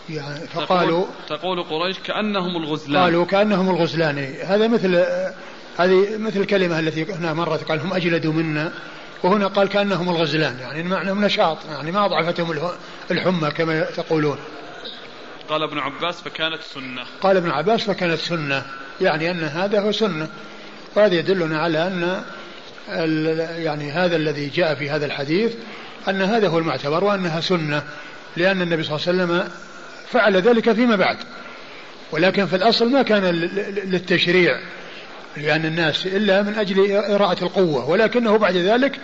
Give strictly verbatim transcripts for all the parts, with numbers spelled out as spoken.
يعني فقالوا تقول, تقول قريش كأنهم الغزلان، قالوا كأنهم الغزلان. هذا مثل هذه مثل الكلمة التي هنا مرة قال هم أجلدوا منا، وهنا قال كأنهم الغزلان، يعني معناهم نشاط، يعني ما أضعفتهم الحمى كما تقولون. قال ابن عباس فكانت سنة. قال ابن عباس فكانت سنة، يعني أن هذا هو سنة. وهذا يدلنا على أن يعني هذا الذي جاء في هذا الحديث أن هذا هو المعتبر وأنها سنة، لأن النبي صلى الله عليه وسلم فعل ذلك فيما بعد، ولكن في الأصل ما كان للتشريع لأن الناس إلا من أجل إراءة القوة، ولكنه بعد ذلك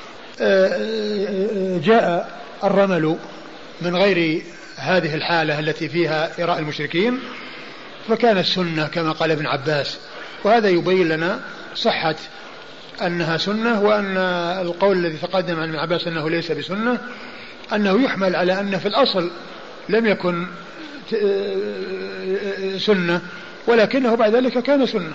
جاء الرمل من غير هذه الحالة التي فيها إراء المشركين، فكان السنة كما قال ابن عباس. وهذا يبين لنا صحة أنها سنة، وأن القول الذي تقدم عن ابن عباس أنه ليس بسنة أنه يحمل على أن في الأصل لم يكن سنة، ولكنه بعد ذلك كان سنة.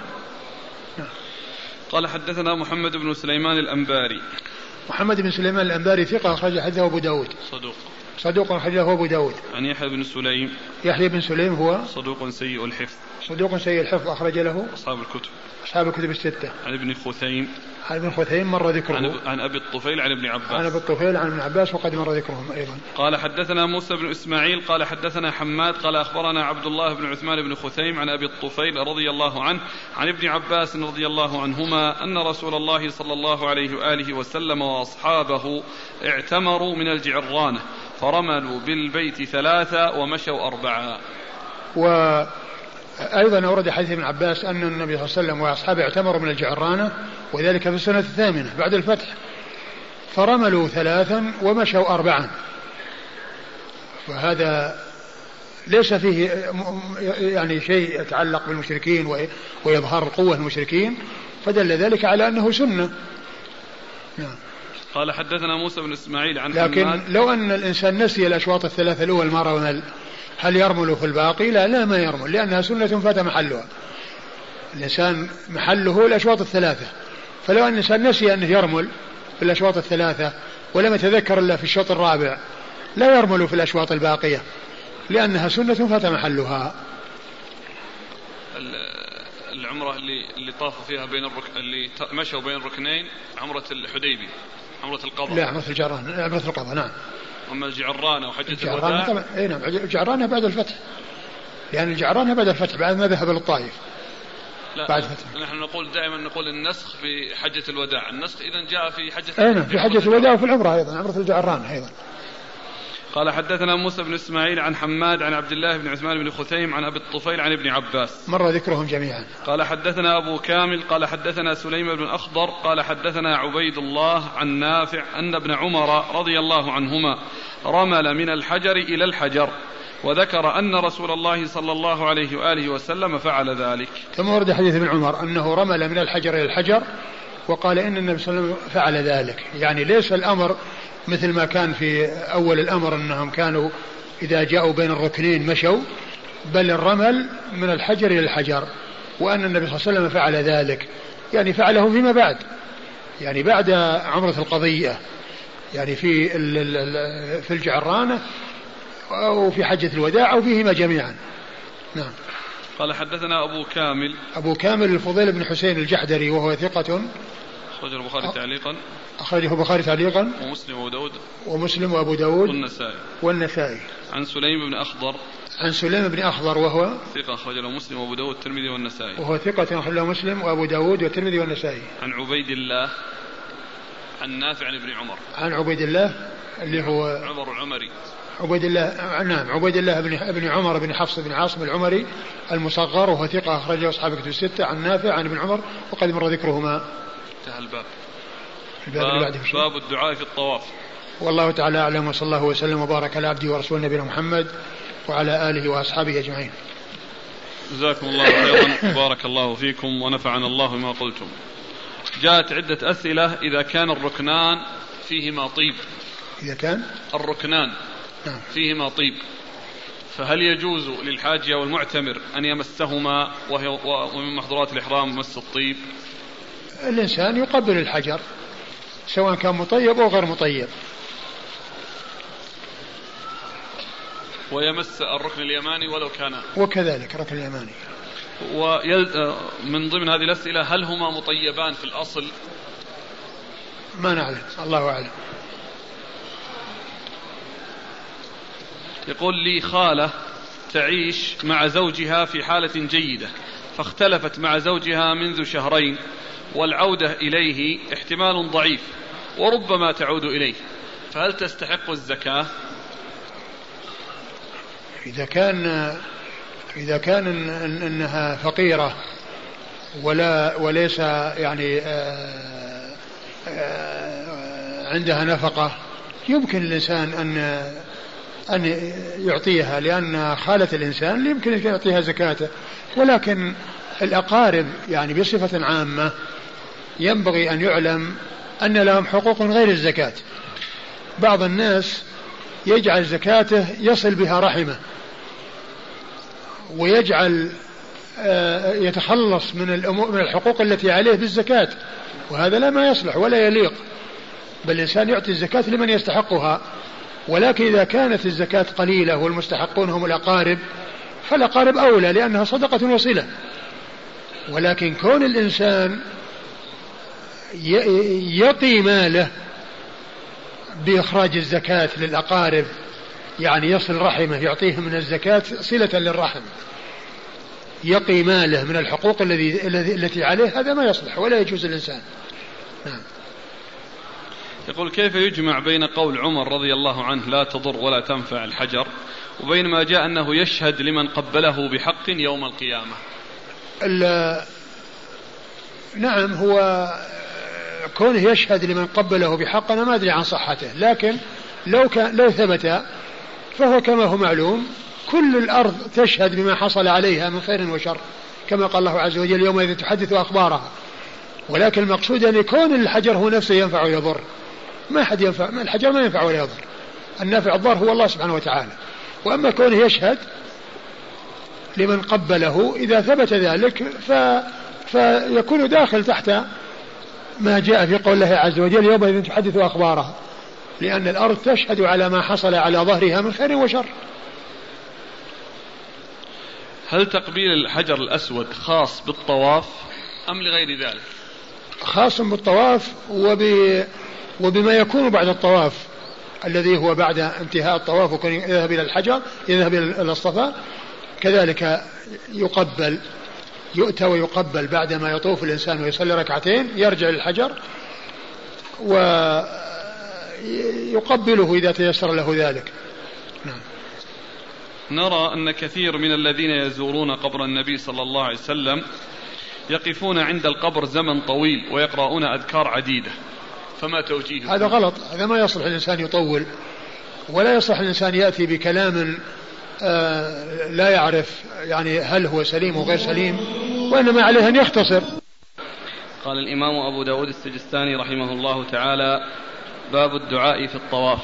قال حدثنا محمد بن سليمان الأنباري. محمد بن سليمان الأنباري ثقة أخرج حديثه أبو داود. صدوق. صدوق أخرجه أبو داود. عن يحيى بن سليم. يحيى بن سليم هو صدوق سيء الحفظ. صدوق سيء الحفظ أخرج له أصحاب الكتب. أصحاب الكتب الستة. عن ابن خثيم. عن ابن خثيم مر ذكره. عن, عن أبي الطفيل عن ابن عباس. عن أبي الطفيل عن ابن عباس وقد مر ذكرهم أيضا. قال حدثنا موسى بن إسماعيل قال حدثنا حماد قال أخبرنا عبد الله بن عثمان بن خثيم عن أبي الطفيل رضي الله عنه عن ابن عباس رضي الله عنهما أن رسول الله صلى الله عليه وآله وسلم وأصحابه اعتمروا من الجعرانة فرملوا بالبيت ثلاثة ومشوا أربعة. وأيضا أورد حديث ابن عباس أن النبي صلى الله عليه وسلم وأصحابه اعتمروا من الجعرانة وذلك في السنة الثامنة بعد الفتح، فرملوا ثلاثا ومشوا أربعا، وهذا ليس فيه يعني شيء يتعلق بالمشركين ويظهر قوة المشركين، فدل ذلك على أنه سنة. نعم. قال حدثنا موسى بن إسماعيل عن لكن حماد. لو أن الإنسان نسي الأشواط الثلاثة الأول ما رمل هل يرمل في الباقي؟ لا لا ما يرمل، لأنها سنة فات محلها. الإنسان محله الأشواط الثلاثة، فلو أن الإنسان نسي أنه يرمل في الأشواط الثلاثة ولم يتذكر إلا في الشوط الرابع لا يرمل في الأشواط الباقية لأنها سنة فات محلها. العمرة اللي اللي طافوا فيها بين الرك... اللي مشوا بين الركنين عمرة الحديبي، عمرة القضاء. لا عمرة الجعرانة، عمرة القضاء. نعم. أما الجعرانة وحجة الوداع طبعا اي نعم الجعرانة بعد الفتح، يعني الجعرانة بعد الفتح بعد ما ذهب للطائف. لا بعد الفتح. نحن نقول دائما نقول النسخ في حجة الوداع، النسخ إذا جاء في حجة اي نعم في حجة الوداع وفي العمرة أيضا عمرة الجعرانة أيضا. قال حدثنا موسى بن إسماعيل عن حماد عن عبد الله بن عثمان بن خثيم عن أبي الطفيل عن ابن عباس مر ذكرهم جميعا. قال حدثنا أبو كامل قال حدثنا سليم بن أخضر قال حدثنا عبيد الله عن نافع أن ابن عمر رضي الله عنهما رمل من الحجر إلى الحجر، وذكر أن رسول الله صلى الله عليه وآله وسلم فعل ذلك. ثم ورد حديث ابن عمر أنه رمل من الحجر إلى الحجر، وقال إن النبي صلى الله عليه وسلم فعل ذلك، يعني ليس الأمر مثل ما كان في أول الأمر أنهم كانوا إذا جاءوا بين الركنين مشوا، بل الرمل من الحجر إلى الحجر، وأن النبي صلى الله عليه وسلم فعل ذلك، يعني فعله فيما بعد، يعني بعد عمرة القضية، يعني في في الجعرانة أو في حجة الوداع أو فيهما جميعا. نعم. قال حدثنا أبو كامل. أبو كامل الفضيل بن حسين الجحدري وهو ثقة أخرجه البخاري تعليقا. أخرجه البخاري تعليقا. ومسلم وأبو داود. ومسلم وأبو داود. والنسائي. والنسائي. عن سليم بن أخضر. عن سليم بن أخضر وهو ثقة أخرجه مسلم وأبو داود والترمذي والنسائي. وهو ثقة أخرجه مسلم وأبو داود والترمذي والنسائي. عن عبيد الله عن نافع عن ابن عمر. عن عبيد الله اللي هو عمر العمري. عبيد الله نعم عبيد الله بن ابن عمر بن حفص بن عاصم العمري المصغر، وهو ثقة أخرجه أصحاب الكتب الستة. عن نافع عن ابن عمر وقد مر ذكرهما. انتهى الباب. الباب باب, باب الدعاء في الطواف. والله تعالى أعلم، وصلى الله وسلم وبارك على عبده ورسوله نبينا محمد وعلى آله وأصحابه أجمعين. جزاكم الله خيرا بارك الله فيكم ونفعنا الله بما قلتم. جاءت عدة أسئلة إذا كان الركنان فيهما طيب. إذا كان الركنان نعم. فيهما طيب، فهل يجوز للحاج والمعتمر أن يمسهما ومن محظورات الإحرام مس الطيب؟ الإنسان يقبل الحجر سواء كان مطيب أو غير مطيب. ويمس الركن اليماني ولو كان وكذلك الركن اليماني. ومن ضمن هذه الأسئلة هل هما مطيبان في الأصل؟ ما نعلم، الله أعلم. يقول لي خالة تعيش مع زوجها في حالة جيدة فاختلفت مع زوجها منذ شهرين والعودة إليه احتمال ضعيف وربما تعود إليه، فهل تستحق الزكاة؟ إذا كان إذا كان إن إنها فقيرة ولا وليس يعني آآ آآ عندها نفقة يمكن الإنسان أن أن يعطيها، لأن خالة الإنسان يمكن أن يعطيها زكاته. ولكن الأقارب يعني بصفة عامة ينبغي أن يعلم أن لهم حقوق غير الزكاة. بعض الناس يجعل زكاته يصل بها رحمه ويجعل يتخلص من الأمور من الحقوق التي عليه بالزكاة، وهذا لا ما يصلح ولا يليق، بل الإنسان يعطي الزكاة لمن يستحقها. ولكن إذا كانت الزكاة قليلة والمستحقون هم الأقارب فالأقارب أولى لأنها صدقة وصلة. ولكن كون الإنسان يقي ماله بإخراج الزكاة للأقارب يعني يصل رحمه يعطيهم من الزكاة صلة للرحم، يقي ماله من الحقوق الذي التي عليه، هذا ما يصلح ولا يجوز الإنسان. نعم. يقول كيف يجمع بين قول عمر رضي الله عنه لا تضر ولا تنفع الحجر وبين ما جاء أنه يشهد لمن قبله بحق يوم القيامة؟ نعم، هو كونه يشهد لمن قبله بحق أنا ما أدري عن صحته، لكن لو كان لو ثبت فهو كما هو معلوم كل الأرض تشهد بما حصل عليها من خير وشر، كما قال الله عز وجل يومئذ تحدث أخبارها. ولكن المقصود أن يكون الحجر هو نفسه ينفع ويضر، ما حد ينفع، الحجر ما ينفع ولا يضر، النافع الضار هو الله سبحانه وتعالى. وأما كونه يشهد لمن قبله إذا ثبت ذلك ف... فيكون داخل تحت ما جاء في قول الله عز وجل يومئذ تحدث أخبارها، لأن الأرض تشهد على ما حصل على ظهرها من خير وشر. هل تقبيل الحجر الأسود خاص بالطواف أم لغير ذلك؟ خاص بالطواف وب... وبما يكون بعد الطواف الذي هو بعد انتهاء الطواف وكون يذهب إلى الحجر يذهب إلى الصفا، كذلك يقبل، يؤتى ويقبل بعد ما يطوف الإنسان ويصلي ركعتين يرجع للحجر ويقبله إذا تيسر له ذلك. نعم. نرى أن كثير من الذين يزورون قبر النبي صلى الله عليه وسلم يقفون عند القبر زمن طويل ويقرؤون أذكار عديدة، فما توجيه؟ هذا غلط، هذا ما يصلح الإنسان يطول، ولا يصلح الإنسان يأتي بكلام آه لا يعرف يعني هل هو سليم وغير سليم، وإنما عليه أن يختصر. قال الإمام أبو داود السجستاني رحمه الله تعالى باب الدعاء في الطواف.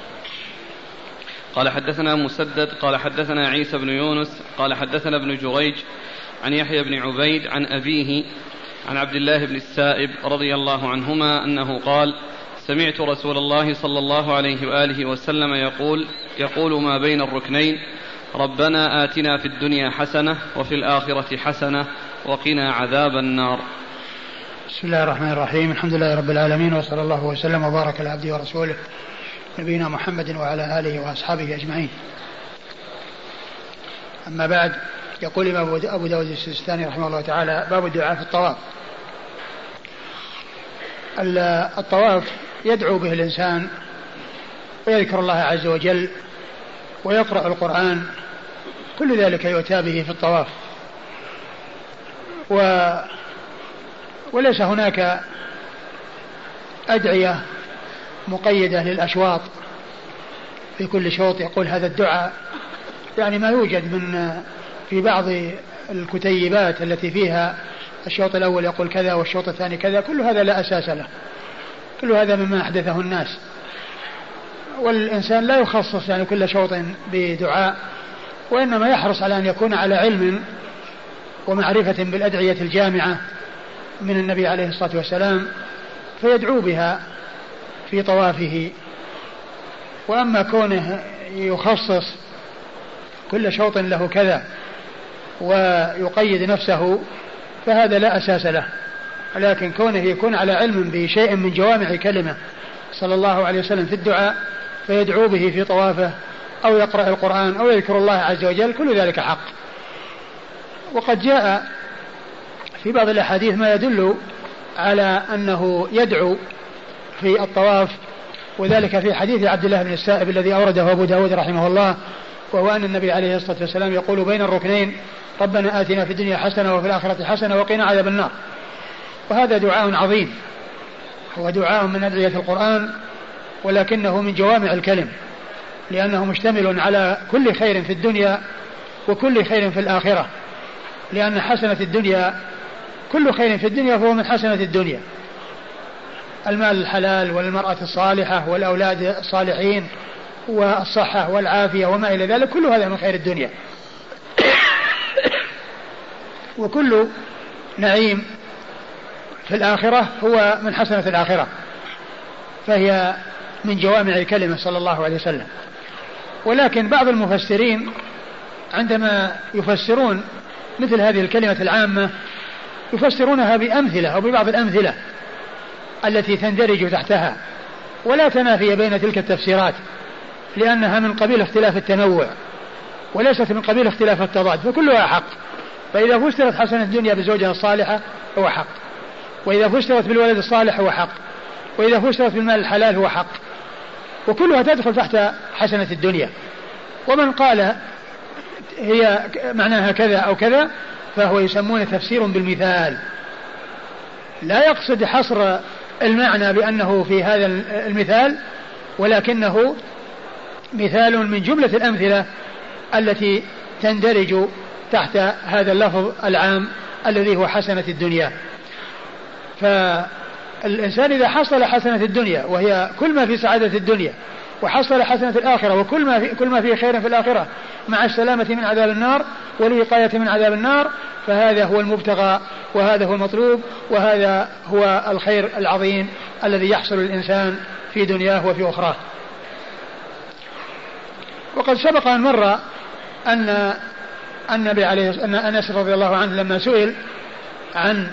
قال حدثنا مسدد قال حدثنا عيسى بن يونس قال حدثنا ابن جريج عن يحيى بن عبيد عن أبيه عن عبد الله بن السائب رضي الله عنهما أنه قال سمعت رسول الله صلى الله عليه وآله وسلم يقول يقول ما بين الركنين ربنا آتنا في الدنيا حسنة وفي الآخرة حسنة وقنا عذاب النار. بسم الله الرحمن الرحيم، الحمد لله رب العالمين، وصلى الله وسلم وبارك على عبده ورسوله نبينا محمد وعلى آله وأصحابه أجمعين. أما بعد، يقول الإمام أبو داود السجستاني رحمه الله تعالى باب الدعاء في الطواف. الطواف يدعو به الإنسان ويذكر الله عز وجل ويقرأ القرآن، كل ذلك يؤتى به في الطواف، و وليس هناك أدعية مقيدة للأشواط في كل شوط يقول هذا الدعاء، يعني ما يوجد من في بعض الكتيبات التي فيها الشوط الأول يقول كذا والشوط الثاني كذا، كل هذا لا أساس له، كل هذا مما أحدثه الناس. والإنسان لا يخصص يعني كل شوط بدعاء، وإنما يحرص على أن يكون على علم ومعرفة بالأدعية الجامعة من النبي عليه الصلاة والسلام فيدعو بها في طوافه. وأما كونه يخصص كل شوط له كذا ويقيد نفسه فهذا لا أساس له. لكن كونه يكون على علم بشيء من جوامع كلمة صلى الله عليه وسلم في الدعاء فيدعو به في طوافه أو يقرأ القرآن أو يذكر الله عز وجل كل ذلك حق. وقد جاء في بعض الأحاديث ما يدل على أنه يدعو في الطواف، وذلك في حديث عبد الله بن السائب الذي أورده أبو داود رحمه الله، وهو أن النبي عليه الصلاة والسلام يقول بين الركنين ربنا آتنا في الدنيا حسنة وفي الآخرة حسنة وقنا عذاب النار. وهذا دعاء عظيم، هو دعاء من أدعية القرآن ولكنه من جوامع الكلم، لأنه مشتمل على كل خير في الدنيا وكل خير في الآخرة، لأن حسنة الدنيا كل خير في الدنيا فهو من حسنة الدنيا، المال الحلال والمرأة الصالحة والأولاد الصالحين والصحة والعافية وما إلى ذلك، كل هذا من خير الدنيا. وكل نعيم في الآخرة هو من حسنة الآخرة، فهي من جوامع كلمة صلى الله عليه وسلم. ولكن بعض المفسرين عندما يفسرون مثل هذه الكلمة العامة يفسرونها بأمثلة أو ببعض الأمثلة التي تندرج تحتها، ولا تنافي بين تلك التفسيرات، لأنها من قبيل اختلاف التنوع وليست من قبيل اختلاف التضاد، فكلها حق. فإذا فسرت حسنة الدنيا بزوجها الصالحة هو حق، وإذا فسرت بالولد الصالح هو حق، وإذا فسرت بالمال الحلال هو حق، وكلها تدخل تحت حسنة الدنيا. ومن قال هي معناها كذا أو كذا فهو يسمونه تفسير بالمثال، لا يقصد حصر المعنى بأنه في هذا المثال، ولكنه مثال من جملة الأمثلة التي تندرج تحت هذا اللفظ العام الذي هو حسنة الدنيا. فالإنسان إذا حصل حسنة الدنيا وهي كل ما في سعادة الدنيا، وحصل حسنة الآخرة وكل ما في كل ما فيه خير في الآخرة مع السلامة من عذاب النار والوقاية من عذاب النار، فهذا هو المبتغى وهذا هو المطلوب وهذا هو الخير العظيم الذي يحصل للإنسان في دنياه وفي أخراه. وقد سبق أن مر أن النبي عليه أن أنس رضي الله عنه لما سئل عن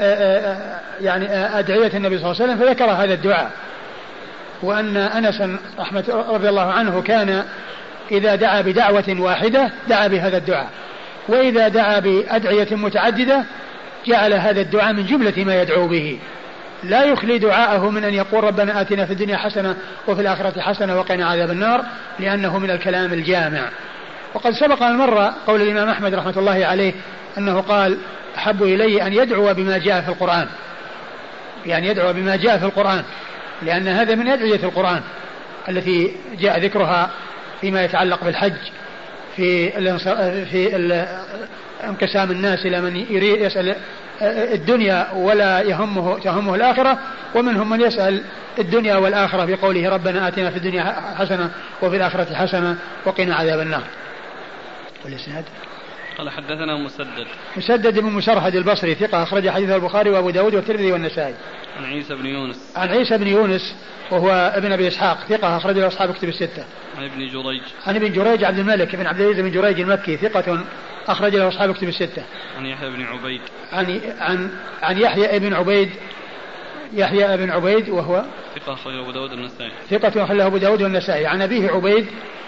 يعني أدعية النبي صلى الله عليه وسلم فذكر هذا الدعاء، وأن أنس رحمة رضي الله عنه كان إذا دعا بدعوة واحدة دعا بهذا الدعاء، وإذا دعا بأدعية متعددة جعل هذا الدعاء من جملة ما يدعو به، لا يخلي دعاءه من أن يقول ربنا آتنا في الدنيا حسنة وفي الآخرة حسنة وقنا عذاب النار، لأنه من الكلام الجامع. وقد سبق أن مر قول الإمام أحمد رحمة الله عليه أنه قال أحب إلي أن يدعو بما جاء في القرآن، يعني يدعو بما جاء في القرآن، لأن هذا من أدعية القرآن التي جاء ذكرها فيما يتعلق بالحج في في انقسام الناس إلى من يريد يسأل الدنيا ولا يهمه تهمه الآخرة، ومنهم من يسأل الدنيا والآخرة بقوله ربنا آتنا في الدنيا حسنة وفي الآخرة حسنة وقنا عذاب النار. والإسناد قال حدثنا مسدد مسدد بن مسرهد البصري ثقة أخرج حديث البخاري وأبو داود والترمذي والنسائي. عن عيسى بن يونس عن عيسى بن يونس وهو ابن أبي إسحاق ثقة أخرج له أصحاب كتب الستة. عن ابن جريج عن ابن جريج عبد الملك بن عبد العزيز بن جريج المكي ثقة أخرج له أصحاب كتب الستة. عن يحيى بن عبيد عن عن عن يحيى بن عبيد يحيى بن عبيد وهو ثقة أخرج له أبو داود والنسائي. ثقة أخرج له أبو داود والنسائي. عن أبيه عبيد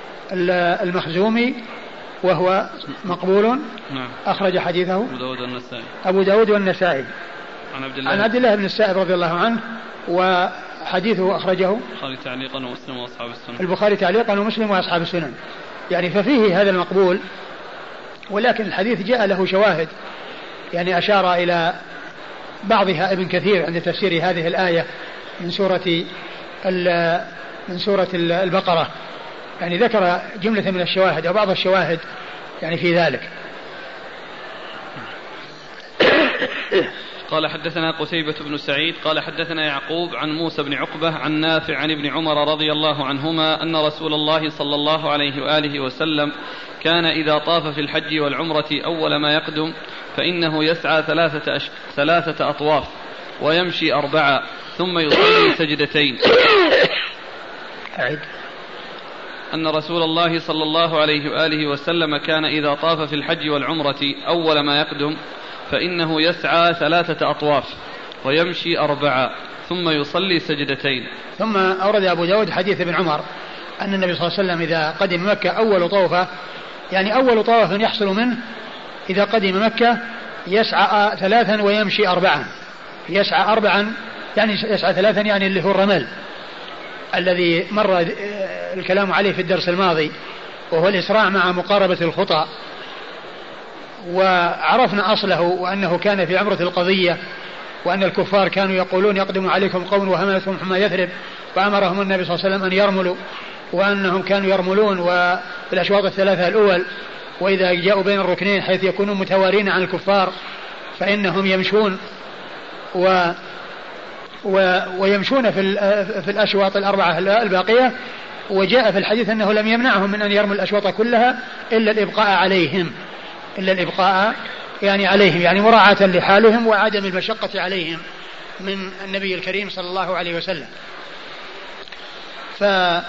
المخزومي وهو مقبول. نعم. أخرج حديثه أبو داود والنسائي. أبو داود والنسائي. عن عبد الله عن عبد الله بن السائب رضي الله عنه وحديثه أخرجه البخاري تعليقا ومسلم وأصحاب السنن. البخاري تعليقا ومسلم وأصحاب السنن، يعني ففيه هذا المقبول، ولكن الحديث جاء له شواهد، يعني أشار إلى بعضها ابن كثير عند تفسير هذه الآية من سورة من سورة البقرة، يعني ذكر جملة من الشواهد أو بعض الشواهد يعني في ذلك. قال حدثنا قتيبة بن سعيد قال حدثنا يعقوب عن موسى بن عقبة عن نافع عن ابن عمر رضي الله عنهما أن رسول الله صلى الله عليه وآله وسلم كان إذا طاف في الحج والعمرة أول ما يقدم فإنه يسعى ثلاثة, أش... ثلاثة أطواف ويمشي أربعة ثم يصلي سجدتين. أعد. أن رسول الله صلى الله عليه وآله وسلم كان إذا طاف في الحج والعمرة أول ما يقدم فإنه يسعى ثلاثة أطواف ويمشي أربعة ثم يصلي سجدتين. ثم أورد أبو داود حديث ابن عمر أن النبي صلى الله عليه وسلم إذا قدم مكة أول طوفة، يعني أول طواف يحصل منه إذا قدم مكة، يسعى ثلاثا ويمشي أربعا. يسعى أربعا يعني يسعى ثلاثا يعني اللي هو الرمل الذي مر الكلام عليه في الدرس الماضي، وهو الإسراع مع مقاربة الخطى. وعرفنا أصله وأنه كان في عمرة القضية، وأن الكفار كانوا يقولون يقدم عليكم قوم وهملتهم حمى يثرب، فأمرهم النبي صلى الله عليه وسلم أن يرملوا، وأنهم كانوا يرملون وفي الأشواط الثلاثة الأول، وإذا جاءوا بين الركنين حيث يكونون متوارين عن الكفار فإنهم يمشون و و ويمشون في في الأشواط الأربعة الباقية. وجاء في الحديث أنه لم يمنعهم من أن يرموا الأشواط كلها إلا الإبقاء عليهم إلا الإبقاء يعني عليهم يعني مراعاة لحالهم وعدم المشقة عليهم من النبي الكريم صلى الله عليه وسلم. ف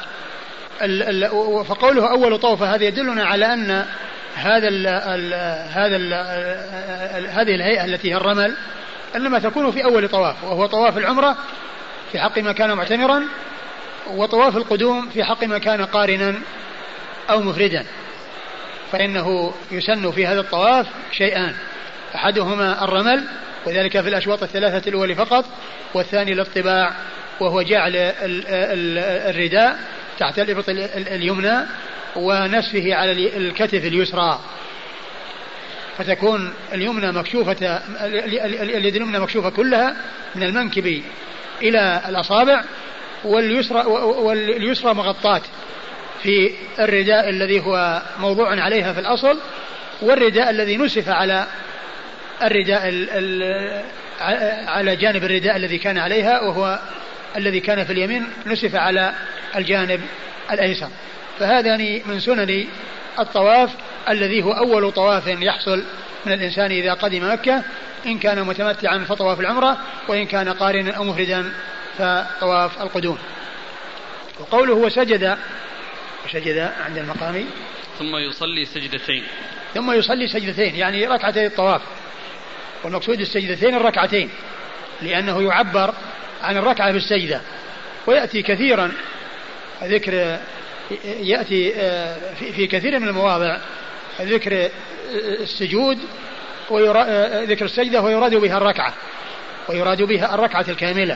فقوله أول طوفة هذا يدلنا على أن هذا ال ال هذا ال هذه الهيئة التي هي الرمل إنما تكون في أول طواف، وهو طواف العمرة في حق ما كان معتمرا، وطواف القدوم في حق ما كان قارنا أو مفردا. فإنه يسن في هذا الطواف شيئان، أحدهما الرمل وذلك في الأشواط الثلاثة الأول فقط، والثاني الاطباع وهو جعل الرداء تحت الإبط اليمنى ونسفه على الكتف اليسرى، فتكون اليمنى مكشوفة اليد اليمنى مكشوفة كلها من المنكب إلى الأصابع، واليسرى واليسرى مغطاة في الرداء الذي هو موضوع عليها في الأصل، والرداء الذي نسف على الرداء على جانب الرداء الذي كان عليها، وهو الذي كان في اليمين نسف على الجانب الأيسر. فهذان من سنن الطواف الذي هو أول طواف يحصل من الإنسان إذا قدم مكة، إن كان متمتعا فطواف العمرة، وإن كان قارنا أو مفردا فطواف القدوم. وقوله وسجد وسجد عند المقام ثم يصلي سجدتين ثم يصلي سجدتين يعني ركعتي الطواف، والمقصود السجدتين الركعتين، لأنه يعبر عن الركعة بالسجدة. ويأتي كثيرا ذكر يأتي في كثير من المواضع ذكر السجود وذكر السجدة ويراد بها الركعة ويراد بها الركعة الكاملة.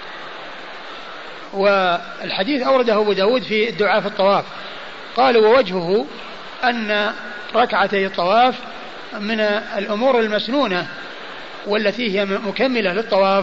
والحديث أورده أبو داود في الدعاء في الطواف، قال ووجهه أن ركعتي الطواف من الأمور المسنونة والتي هي مكملة للطواف،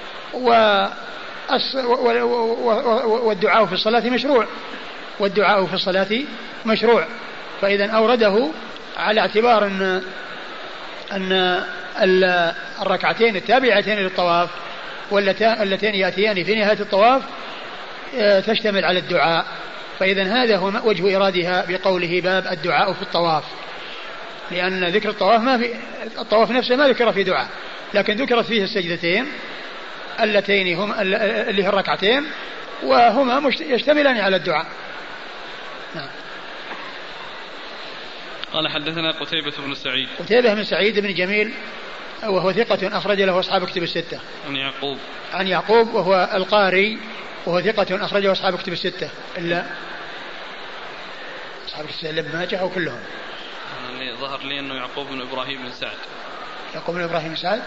والدعاء في الصلاة مشروع والدعاء في الصلاة مشروع فإذا أورده على اعتبار أن أن الركعتين التابعتين للطواف واللتين يأتيان في نهاية الطواف تشتمل على الدعاء. فإذا هذا هو وجه إرادها بقوله باب الدعاء في الطواف، لأن ذكر الطواف ما في الطواف نفسه ما ذكر في دعاء، لكن ذكرت فيه السجدتين اللتين هم اللي هي الركعتين، وهما يشتملان على الدعاء. نعم. قال حدثنا قتيبة بن سعيد قتيبة بن سعيد بن جميل وهو ثقة أخرج له أصحاب كتب الستة. عن يعقوب عن يعقوب وهو القاري وهو ثقة أخرجه أصحاب كتب الستة إلا أصحاب كتب الستة ابن ماجه أو كلهم. يعني ظهر لي أنه يعقوب بن إبراهيم بن سعد. يعقوب بن إبراهيم بن سعد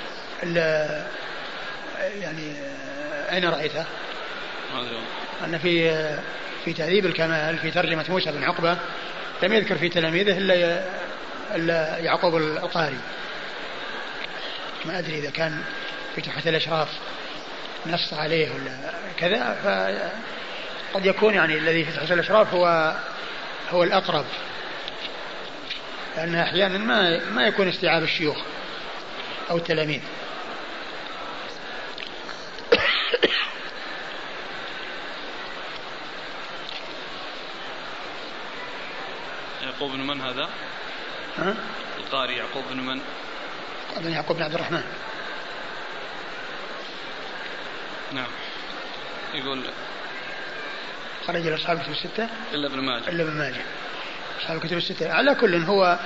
يعني أين رأيته؟ أن في في تهذيب الكمال في ترجمة موسى بن عقبة لم يذكر في تلاميذه إلا إلا يعقوب القاري. ما أدري إذا كان في تحفة الأشراف نص عليه ولا كذا، فقد يكون يعني الذي في تحفة الأشراف هو هو الأقرب، لأن أحيانا ما ما يكون استيعاب الشيوخ أو التلاميذ. يعقوب بن من هذا؟ ها؟ القاري يعقوب بن من؟ بن يعقوب بن عبد الرحمن. نعم. يقول خرج له أصحاب الكتب الستة إلا ابن ماجه إلا ابن ماجه أصحاب الكتب الستة. على كل هو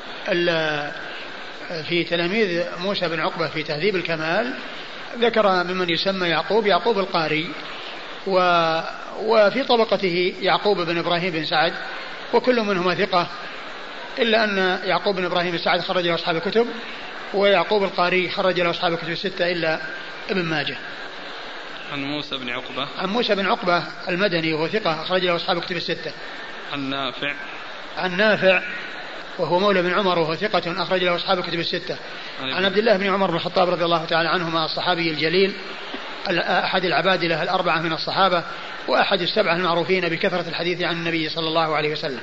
في تلاميذ موسى بن عقبة في تهذيب الكمال ذكر ممن يسمى يعقوب يعقوب القاري، و وفي طبقته يعقوب بن إبراهيم بن سعد، وكل منهما ثقة، إلا أن يعقوب بن إبراهيم بن سعد خرج له أصحاب الكتب، ويعقوب القاري خرج له أصحاب الكتب الستة إلا ابن ماجه. عن موسى بن عقبة عن موسى بن عقبة المدني وهو ثقة خرج له أصحاب الكتب الستة. عن نافع عن نافع وهو مولى بن عمر وهو ثقة أخرج له أصحاب الكتب الستة. عن عبد الله بن عمر بن الخطاب رضي الله تعالى عنهما الصحابي الجليل أحد العبادلة الأربعة من الصحابة وأحد السبعة المعروفين بكثرة الحديث عن النبي صلى الله عليه وسلم.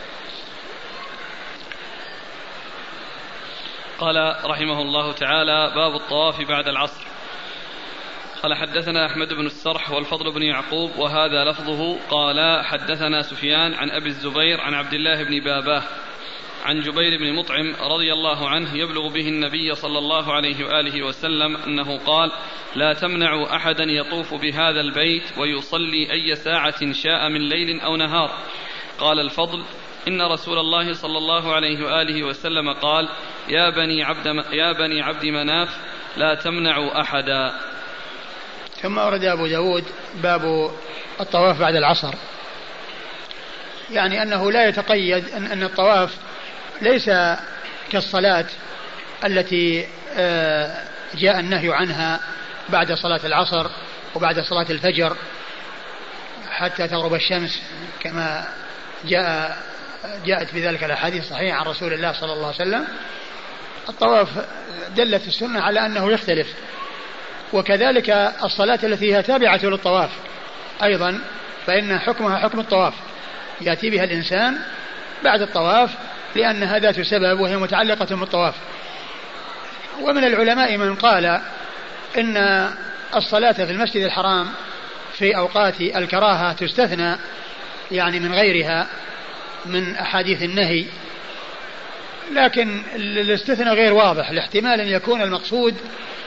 قال رحمه الله تعالى: باب الطواف بعد العصر. قال: حدثنا أحمد بن السرح والفضل بن يعقوب وهذا لفظه. قال: حدثنا سفيان عن أبي الزبير عن عبد الله بن باباه عن جبير بن مطعم رضي الله عنه يبلغ به النبي صلى الله عليه وآله وسلم أنه قال: لا تمنعوا أحدا يطوف بهذا البيت ويصلي أي ساعة شاء من ليل أو نهار. قال الفضل: إن رسول الله صلى الله عليه وآله وسلم قال: يا بني عبد, يا بني عبد مناف لا تمنعوا أحدا. ثم أورد أبو داود باب الطواف بعد العصر، يعني أنه لا يتقيد أن, أن الطواف ليس كالصلاة التي جاء النهي عنها بعد صلاة العصر وبعد صلاة الفجر حتى تغرب الشمس كما جاء جاءت بذلك الأحاديث الصحيحة عن رسول الله صلى الله عليه وسلم. الطواف دلت السنة على أنه يختلف، وكذلك الصلاة التي هي تابعة للطواف أيضا فإن حكمها حكم الطواف، يأتي بها الإنسان بعد الطواف لأنها ذات سبب وهي متعلقة بالطواف. ومن العلماء من قال إن الصلاة في المسجد الحرام في أوقات الكراهة تستثنى يعني من غيرها من أحاديث النهي، لكن الاستثناء غير واضح، لاحتمال أن يكون المقصود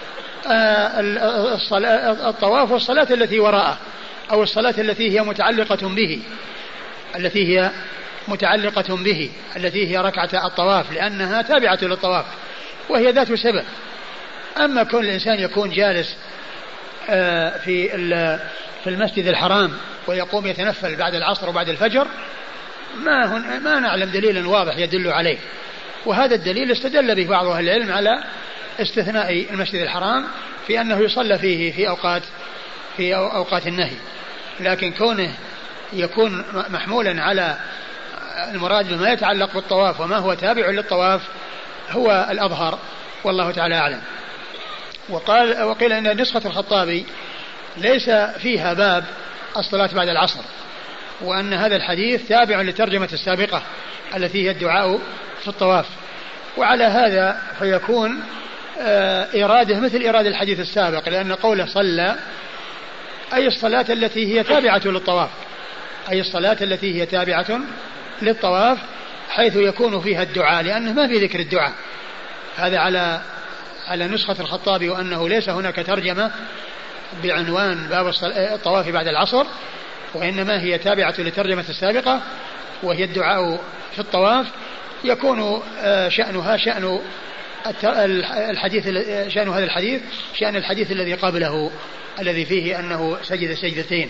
الطواف والصلاة التي وراءه أو الصلاة التي هي متعلقة به التي هي متعلقة به التي هي ركعة الطواف لأنها تابعة للطواف وهي ذات سبب. أما كون الإنسان يكون جالس في في المسجد الحرام ويقوم يتنفل بعد العصر وبعد الفجر ما هن ما نعلم دليلا واضح يدل عليه، وهذا الدليل استدل به بعض أهل العلم على استثناء المسجد الحرام في أنه يصلى فيه في أوقات في أوقات النهي، لكن كونه يكون محمولا على المراد بما يتعلق بالطواف وما هو تابع للطواف هو الأظهر والله تعالى أعلم. وقال وقيل أن نسخة الخطابي ليس فيها باب الصلاة بعد العصر، وأن هذا الحديث تابع للترجمة السابقة التي هي الدعاء في الطواف، وعلى هذا فيكون إرادة مثل إرادة الحديث السابق، لأن قوله صلى أي الصلاة التي هي تابعة للطواف أي الصلاة التي هي تابعة للطواف حيث يكون فيها الدعاء، لأنه ما في ذكر الدعاء. هذا على على نسخة الخطابي، وأنه ليس هناك ترجمة بعنوان باب الطواف بعد العصر، وإنما هي تابعة للترجمة السابقة وهي الدعاء في الطواف، يكون شأنها شأن الحديث شأن هذا الحديث شأن الحديث الذي قبله الذي فيه أنه سجد سجدتين.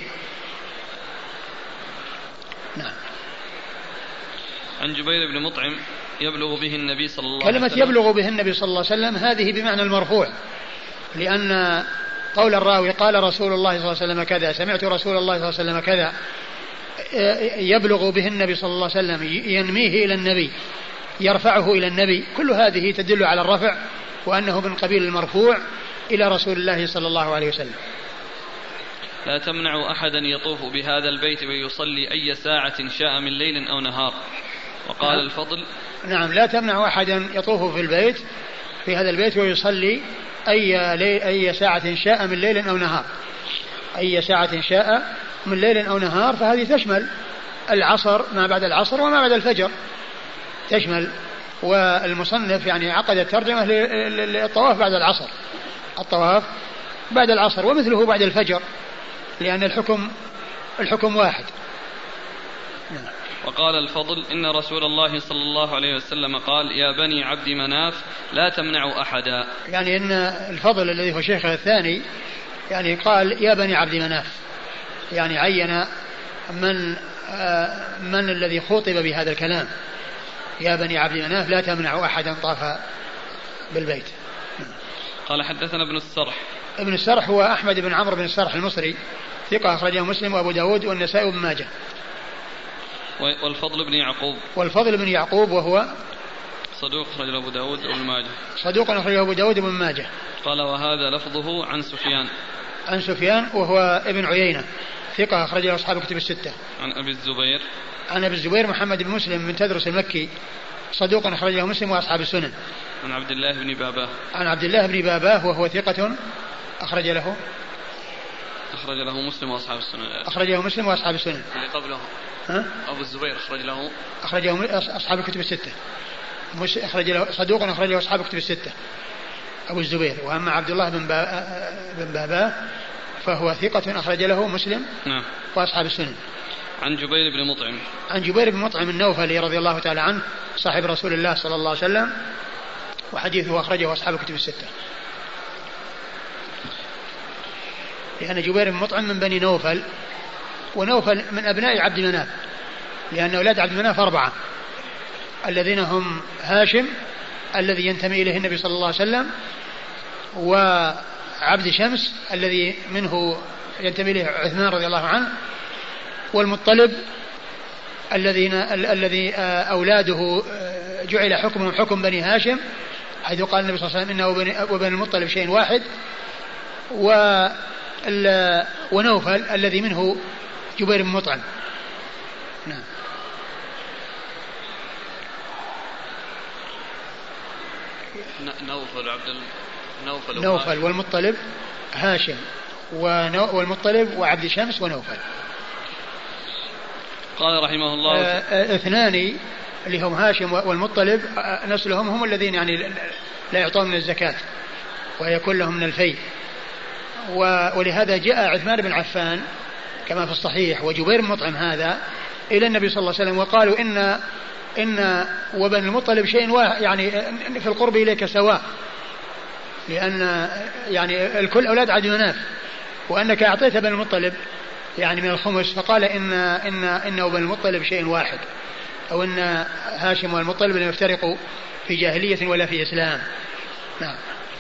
نعم. عن جبير بن مطعم يبلغ به النبي صلى الله عليه وسلم. كلمة يبلغ به النبي صلى الله عليه وسلم هذه بمعنى المرفوع، لأن قول الراوي قال رسول الله صلى الله عليه وسلم كذا سمعت رسول الله صلى الله عليه وسلم كذا يبلغ به النبي صلى الله عليه وسلم ينميه إلى النبي يرفعه إلى النبي، كل هذه تدل على الرفع وأنه من قبيل المرفوع إلى رسول الله صلى الله عليه وسلم. لا تمنع أحدا يطوف بهذا البيت ويصلي أي ساعة شاء من ليل أو نهار. وقال نعم. الفضل نعم لا تمنع أحدا يطوف في البيت في هذا البيت ويصلي أي, لي أي ساعة شاء من ليل أو نهار أي ساعة شاء من ليل أو نهار، فهذه تشمل العصر ما بعد العصر وما بعد الفجر تشمل. والمصنف يعني عقد الترجمة للطواف بعد العصر الطواف بعد العصر ومثله بعد الفجر، لأن الحكم الحكم واحد وقال الفضل إن رسول الله صلى الله عليه وسلم قال يا بني عبد مناف لا تمنعوا أحدا. يعني إن الفضل الذي هو شيخه الثاني يعني قال يا بني عبد مناف، يعني عين من آه من الذي خاطب بهذا الكلام، يا بني عبد مناف لا تمنعوا أحدا طاف بالبيت. قال حدثنا ابن السرح. ابن السرح هو أحمد بن عمرو بن السرح المصري ثقة أخرجه مسلم وأبو داود والنسائي وابن ماجه. والفضل بن يعقوب. والفضل بن يعقوب وهو صدوق أخرجه أبو داود وابن ماجه. صدوق أخرجه أبو داود وابن ماجه. قال وهذا لفظه عن سفيان. عن سفيان وهو ابن عيينة ثقة أخرجه أصحاب كتب الستة. عن أبي الزبير. عن أبي الزبير محمد بن مسلم من تدرس المكي صدوق أخرجه مسلم وأصحاب السنن. عن عبد الله بن باباه. عن عبد الله بن باباه وهو ثقة أخرج له أخرج له مسلم وأصحاب السنن. أخرجه مسلم وأصحاب السنن. اللي قبله ها؟ أبو الزبير أخرج له أخرجه أصحاب الكتب الستة. مش أخرج له صدوق أخرجه أصحاب الكتب الستة أبو الزبير. وأما عبد الله بن بن باباه فهو ثقة أخرج له مسلم نعم وأصحاب السنن. عن جبير بن مطعم. عن جبير بن مطعم النوفلي رضي الله تعالى عنه صاحب رسول الله صلى الله عليه وسلم وحديثه أخرجه أصحاب الكتب الستة. لأن جبير بن مطعم من بني نوفل، ونوفل من أبناء عبد مناف، لأن أولاد عبد مناف أربعة الذين هم هاشم الذي ينتمي إليه النبي صلى الله عليه وسلم، وعبد شمس الذي منه ينتمي إليه عثمان رضي الله عنه، والمطلب الذين الذي أولاده جعل حكمهم حكم بني هاشم، حيث قال النبي صلى الله عليه وسلم إنه وبني المطلب شيء واحد، ونوفل الذي منه جبير بن مطعم. نعم. نوفل عبد نوفل, نوفل والمطلب هاشم والمطلب وعبد شمس ونوفل. قال رحمه الله آه اثنان اللي هم هاشم والمطلب نسلهم هم الذين يعني لا يعطون من الزكاة ويكون لهم من الفي، ولهذا جاء عثمان بن عفان كما في الصحيح وجبير بن مطعم هذا إلى النبي صلى الله عليه وسلم وقالوا إن إن وبن المطلب شيء واحد، يعني في القرب إليك سواء، لأن يعني الكل أولاد عبد مناف، وأنك أعطيت بن المطلب يعني من الخمس، فقال إن إن إن وبن المطلب شيء واحد، أو إن هاشم والمطلب لم يفترقوا في جاهلية ولا في إسلام. نعم.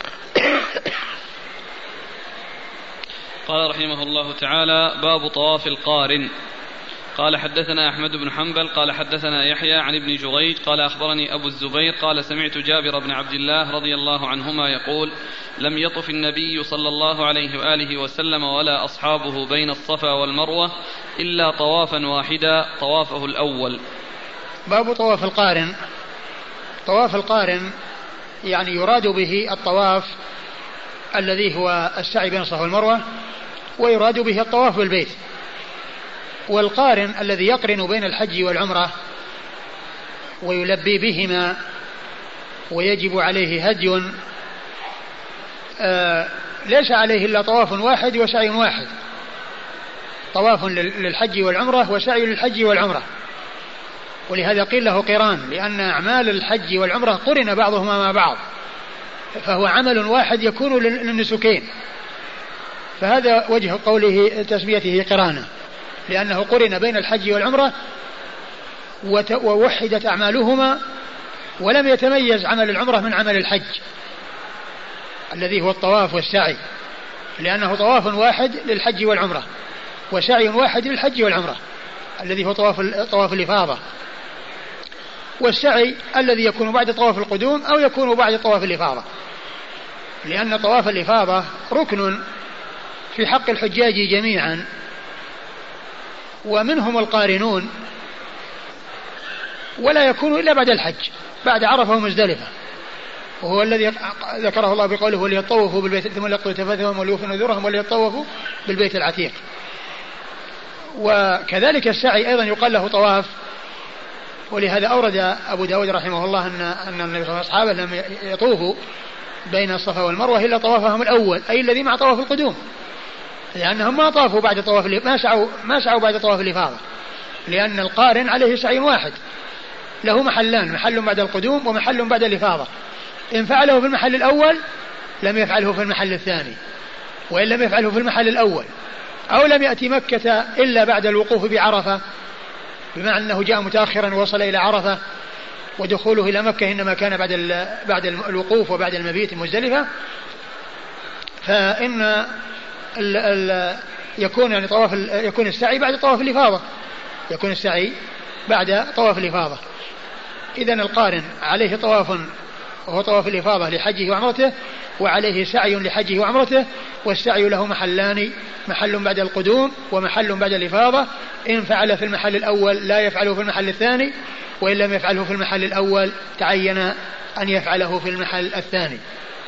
قال رحمه الله تعالى باب طواف القارن. قال حدثنا أحمد بن حنبل قال حدثنا يحيى عن ابن جريج قال أخبرني أبو الزبير قال سمعت جابر بن عبد الله رضي الله عنهما يقول لم يطف النبي صلى الله عليه وآله وسلم ولا أصحابه بين الصفا والمروة إلا طوافا واحدا طوافه الأول. باب طواف القارن. طواف القارن يعني يراد به الطواف الذي هو السعي بين الصفا والمروة، ويراد به الطواف بالبيت. والقارن الذي يقرن بين الحج والعمرة ويلبي بهما ويجب عليه هدي آه ليس عليه إلا طواف واحد وسعي واحد، طواف للحج والعمرة وسعي للحج والعمرة، ولهذا قيل له قران، لأن أعمال الحج والعمرة قرن بعضهما مع بعض، فهو عمل واحد يكون للنسكين، فهذا وجه قوله تسميته قرانا، لأنه قرن بين الحج والعمرة ووحدت أعمالهما، ولم يتميز عمل العمرة من عمل الحج الذي هو الطواف والسعي، لأنه طواف واحد للحج والعمرة وسعي واحد للحج والعمرة الذي هو طواف طواف الإفاضة، والسعي الذي يكون بعد طواف القدوم أو يكون بعد طواف الإفاضة، لأن طواف الإفاضة ركن في حق الحجاج جميعا، ومنهم القارنون، ولا يكون إلا بعد الحج بعد عرفة ومزدلفة، وهو الذي ذكره الله بقوله وليطوفوا بالبيت ثم ليقضوا تفثهم وليوفوا نذورهم وليطوفوا بالبيت العتيق. وكذلك السعي أيضا يقال له طواف، ولهذا أورد أبو داود رحمه الله أن أن النبي صلى الله عليه وسلم لم يطوفوا بين الصفا والمروة إلا طوافهم الأول، أي الذي مع طواف القدوم، لأنهم ما طافوا بعد طواف، ما سعوا ما سعوا بعد طواف الإفاضة، لأن القارن عليه سعي واحد، له محلان، محل بعد القدوم ومحل بعد الإفاضة. إن فعله في المحل الأول لم يفعله في المحل الثاني، وإن لم يفعله في المحل الأول أو لم يأتي مكة إلا بعد الوقوف بعرفة، بمعنى أنه جاء متأخرا ووصل إلى عرفة، ودخوله إلى مكة إنما كان بعد بعد الوقوف وبعد المبيت المزدلفة، فإن ال ال يكون يعني طواف يكون السعي بعد طواف الإفاضة، يكون السعي بعد طواف الإفاضة. إذن القارن عليه طواف وهو طواف الإفاضة لحجه وعمرته، وعليه سعي لحجه وعمرته، والسعي له محلان، محل بعد القدوم ومحل بعد الإفاضة. إن فعل في المحل الأول لا يفعله في المحل الثاني، وإن لم يفعله في المحل الأول تعين أن يفعله في المحل الثاني.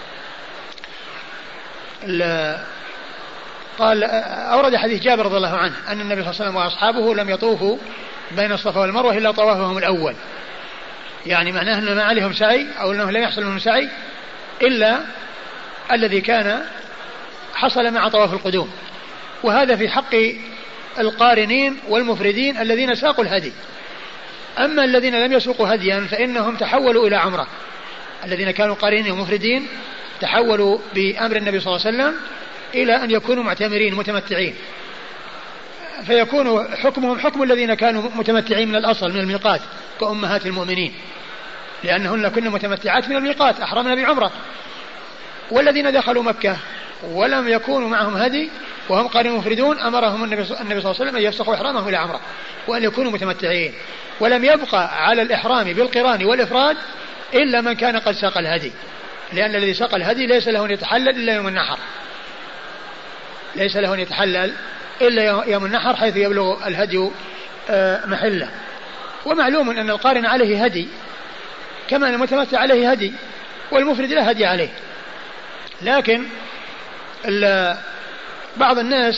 قال أورد حديث جابر رضي الله عنه أن النبي صلى الله عليه وسلم وأصحابه لم يطوفوا بين الصفا والمروة إلا طوافهم الأول، يعني معناه أنه ما عليهم سعي أو أنه لم يحصل منهم سعي إلا الذي كان حصل مع طواف القدوم. وهذا في حق القارنين والمفردين الذين ساقوا الهدي. أما الذين لم يسوقوا هديا فإنهم تحولوا إلى عمرة، الذين كانوا قارنين ومفردين تحولوا بأمر النبي صلى الله عليه وسلم إلى أن يكونوا معتمرين متمتعين، فيكون حكمهم حكم الذين كانوا متمتعين من الأصل من الميقات كأمهات المؤمنين، لأنهن كن متمتعات من الميقات أحرمنا بعمرة. والذين دخلوا مكة ولم يكونوا معهم هدي وهم قارنون مفردون أمرهم النبي صلى الله عليه وسلم أن يفسخوا إحرامهم إلى عمرة وأن يكونوا متمتعين، ولم يبقى على الإحرام بالقران والإفراد إلا من كان قد ساق الهدي، لأن الذي ساق الهدي ليس له أن يتحلل إلا يوم النحر، ليس له أن يتحلل إلا يوم النحر حيث يبلغ الهدي محله. ومعلوم أن القارن عليه هدي كما المتمتع عليه هدي، والمفرد لا هدي عليه. لكن بعض الناس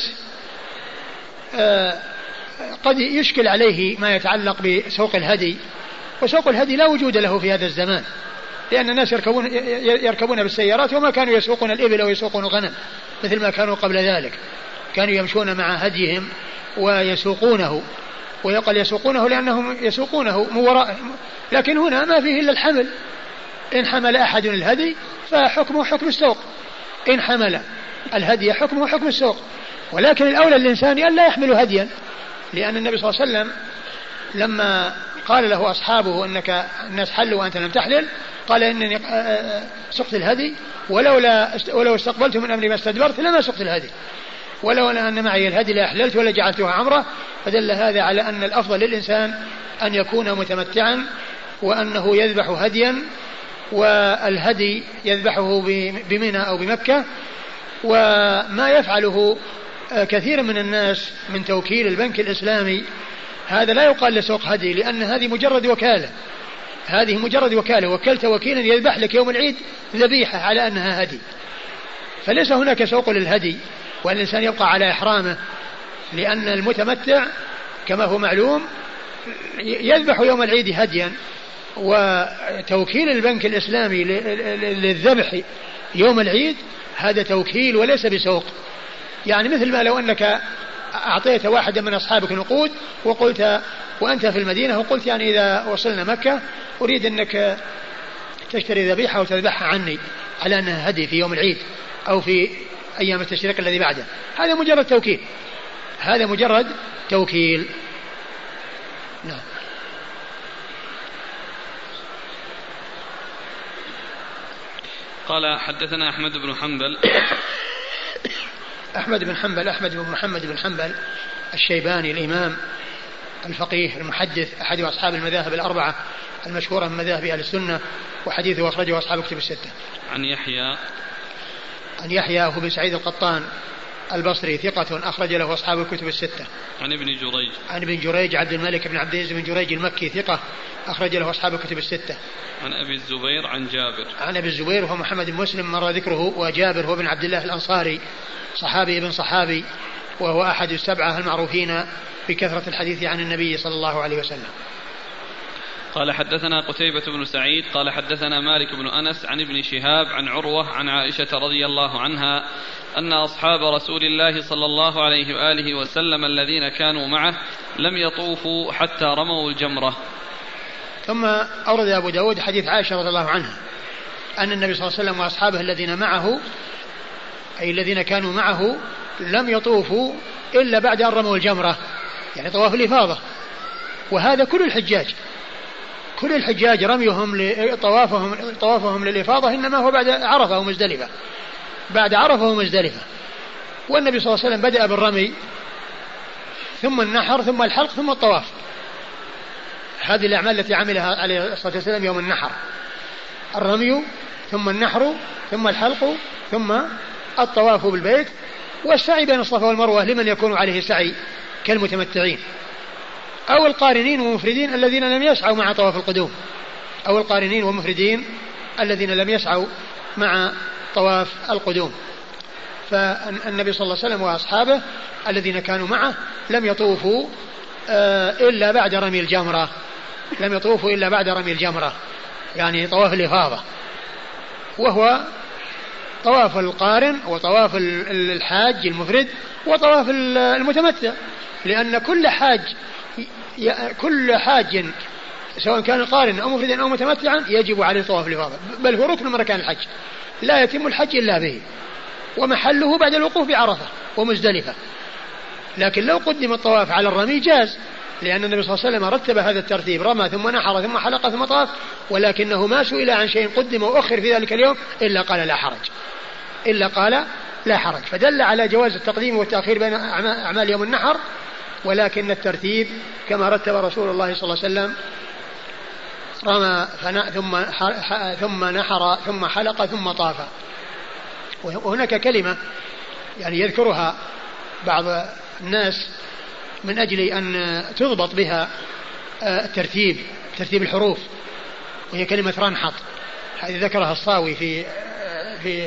قد يشكل عليه ما يتعلق بسوق الهدي، وسوق الهدي لا وجود له في هذا الزمان، لأن الناس يركبون, يركبون بالسيارات وما كانوا يسوقون الإبل أو يسوقون الغنم مثل ما كانوا قبل ذلك، كانوا يمشون مع هديهم ويسوقونه، ويقال يسوقونه لأنهم يسوقونه من ورائهم. لكن هنا ما فيه إلا الحمل، إن حمل أحد الهدي فحكمه حكم السوق، إن حمل الهدي حكمه حكم السوق. ولكن الأولى الإنسان أن لا يحمل هديا، لأن النبي صلى الله عليه وسلم لما قال له أصحابه أنك الناس حلوا وأنت لم تحلل، قال إنني سقت الهدي ولولا ولو استقبلت من أمري ما استدبرت لما سقت الهدي، ولولا أن معي الهدي لأحللت ولا جعلتها عمرة. فدل هذا على أن الأفضل للإنسان أن يكون متمتعا، وأنه يذبح هديا، والهدي يذبحه بمنى أو بمكة. وما يفعله كثير من الناس من توكيل البنك الإسلامي هذا لا يقال لسوق هدي، لأن هذه مجرد وكالة، هذه مجرد وكالة، وكلت وكيلا يذبح لك يوم العيد ذبيحة على أنها هدي، فليس هناك سوق للهدي، والإنسان يبقى على إحرامه، لأن المتمتع كما هو معلوم يذبح يوم العيد هديا، وتوكيل البنك الإسلامي للذبح يوم العيد هذا توكيل وليس بسوق. يعني مثل ما لو أنك أعطيت واحدا من أصحابك نقود وقلت وأنت في المدينة وقلت يعني إذا وصلنا مكة أريد أنك تشتري ذبيحة وتذبحها عني على أنها هدي في يوم العيد أو في أيام التشريق الذي بعده، هذا مجرد توكيل، هذا مجرد توكيل. نعم. قال حدثنا أحمد بن حنبل. أحمد بن حنبل أحمد بن محمد بن حنبل الشيباني الإمام الفقيه المحدث أحد أصحاب المذاهب الأربعة المشهورة من مذاهب أهل السنة، وحديثه أخرجه أصحاب الكتب الستة. عن يحيى عن يحيى هو بن سعيد القطان البصري ثقة أخرج له أصحاب الكتب الستة. عن ابن جريج عن ابن جريج عبد الملك بن عبد العزيز بن جريج المكي ثقة أخرج له أصحاب الكتب الستة. عن أبي الزبير عن جابر عن أبي الزبير وهو محمد بن مسلم مر ذكره، وجابر هو بن عبد الله الأنصاري صحابي ابن صحابي، وهو أحد السبعة المعروفين بكثرة الحديث عن النبي صلى الله عليه وسلم. قال حدثنا قتيبة بن سعيد قال حدثنا مالك بن أنس عن ابن شهاب عن عروة عن عائشة رضي الله عنها أن أصحاب رسول الله صلى الله عليه وآله وسلم الذين كانوا معه لم يطوفوا حتى رموا الجمرة. ثم أورد أبو داود حديث عائشة رضي الله عنها أن النبي صلى الله عليه وسلم وأصحابه الذين معه أي الذين كانوا معه لم يطوفوا إلا بعد أن رموا الجمرة، يعني طواف الإفاضة. وهذا كل الحجاج كل الحجاج رميهم طوافهم طوافهم للإفاضة إنما هو بعد عرفة ومزدلفة بعد عرفة ومزدلفة. والنبي صلى الله عليه وسلم بدأ بالرمي ثم النحر ثم الحلق ثم الطواف. هذه الأعمال التي عملها عليه الصلاة والسلام يوم النحر: الرمي ثم النحر ثم الحلق ثم الطواف بالبيت، والسعي بين الصفا والمروة لمن يكون عليه سعي كالمتمتعين أو القارنين والمفردين الذين لم يسعوا مع طواف القدوم أو القارنين والمفردين الذين لم يسعوا مع طواف القدوم. فالنبي صلى الله عليه وسلم وأصحابه الذين كانوا معه لم يطوفوا إلا بعد رمي الجمرة لم يطوفوا إلا بعد رمي الجمرة يعني طواف الإفاضة، وهو طواف القارن وطواف الحاج المفرد وطواف المتمتع، لأن كل حاج كل حاج سواء كان قارنا أو مفردا أو متمتعا يجب عليه طواف الإفاضة، بل هو ركن من أركان الحج لا يتم الحج إلا به، ومحله بعد الوقوف بعرفة ومزدلفة. لكن لو قدم الطواف على الرمي جاز، لأن النبي صلى الله عليه وسلم رتب هذا الترتيب: رمى ثم نحر ثم حلق ثم طاف، ولكنه ما سئل عن شيء قدم وأخر في ذلك اليوم إلا قال لا حرج إلا قال لا حرج فدل على جواز التقديم والتأخير بين أعمال يوم النحر، ولكن الترتيب كما رتب رسول الله صلى الله عليه وسلم: رمى ثم ثم نحر ثم حلق ثم طاف. وهناك كلمة يعني يذكرها بعض الناس من أجل أن تضبط بها الترتيب ترتيب الحروف، وهي كلمة رنحط. هذه ذكرها الصاوي في في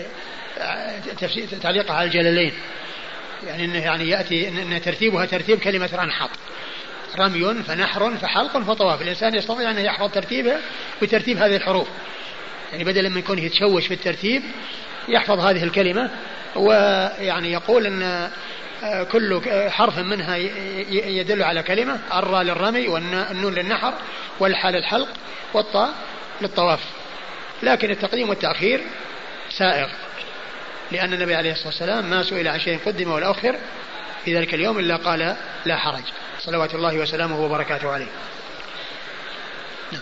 تعليقها على الجلالين، يعني إنه يعني يأتي إن ترتيبها ترتيب كلمة رنحط: رمي فنحر فحلق فطواف. الإنسان يستطيع أن يحفظ ترتيبه بترتيب هذه الحروف، يعني بدلا من كونه يتشوش في الترتيب يحفظ هذه الكلمة، ويعني يقول أن كل حرف منها يدل على كلمة: الراء للرمي والنون للنحر والحاء للحلق والطاء للطواف. لكن التقديم والتأخير سائغ، لأن النبي عليه الصلاة والسلام ما سئل عن شيء قدم ولا أخر في ذلك اليوم إلا قال لا حرج، صلوات الله وسلامه وبركاته عليه. نعم.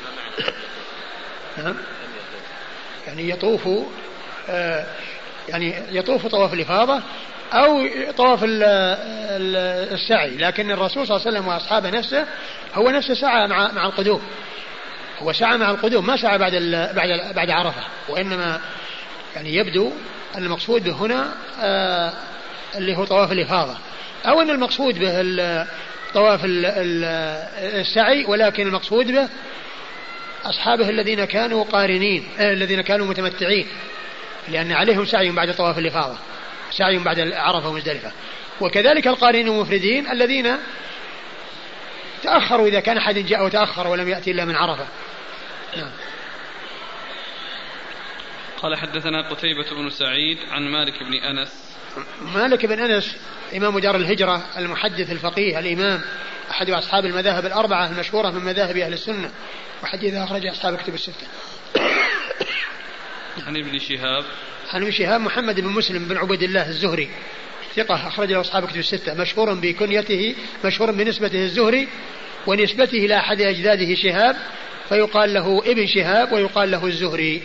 نعم. يعني يطوف آه يعني يطوف طواف الإفاضة أو طواف السعي، لكن الرسول صلى الله عليه وسلم وأصحابه نفسه هو نفسه سعى مع مع القدوم هو سعى مع القدوم ما سعى بعد بعد بعد عرفة، وإنما يعني يبدو أن المقصود به هنا آه اللي هو طواف الإفاضة، أو أن المقصود به طواف السعي، ولكن المقصود به أصحابه الذين كانوا قارنين آه الذين كانوا متمتعين، لأن عليهم سعي بعد طواف الإفاضة، سعي بعد عرفة ومزدلفة. وكذلك القارنين المفردين الذين تأخروا إذا كان أحد جاء وتأخر ولم يأتي إلا من عرفة. نعم. قال حدثنا قتيبة بن سعيد عن مالك بن أنس. مالك بن أنس إمام دار الهجرة المحدث الفقيه الإمام، أحد أصحاب المذاهب الأربعة المشهورة من مذاهب أهل السنة، وحديث أخرج أصحاب كتب الستة. عن ابن شهاب عن ابن شهاب محمد بن مسلم بن عبد الله الزهري ثقة أخرج له أصحاب كتب الستة، مشهور بكنيته مشهور بنسبته الزهري ونسبته إلى أحد أجداده شهاب، فيقال له ابن شهاب ويقال له الزهري.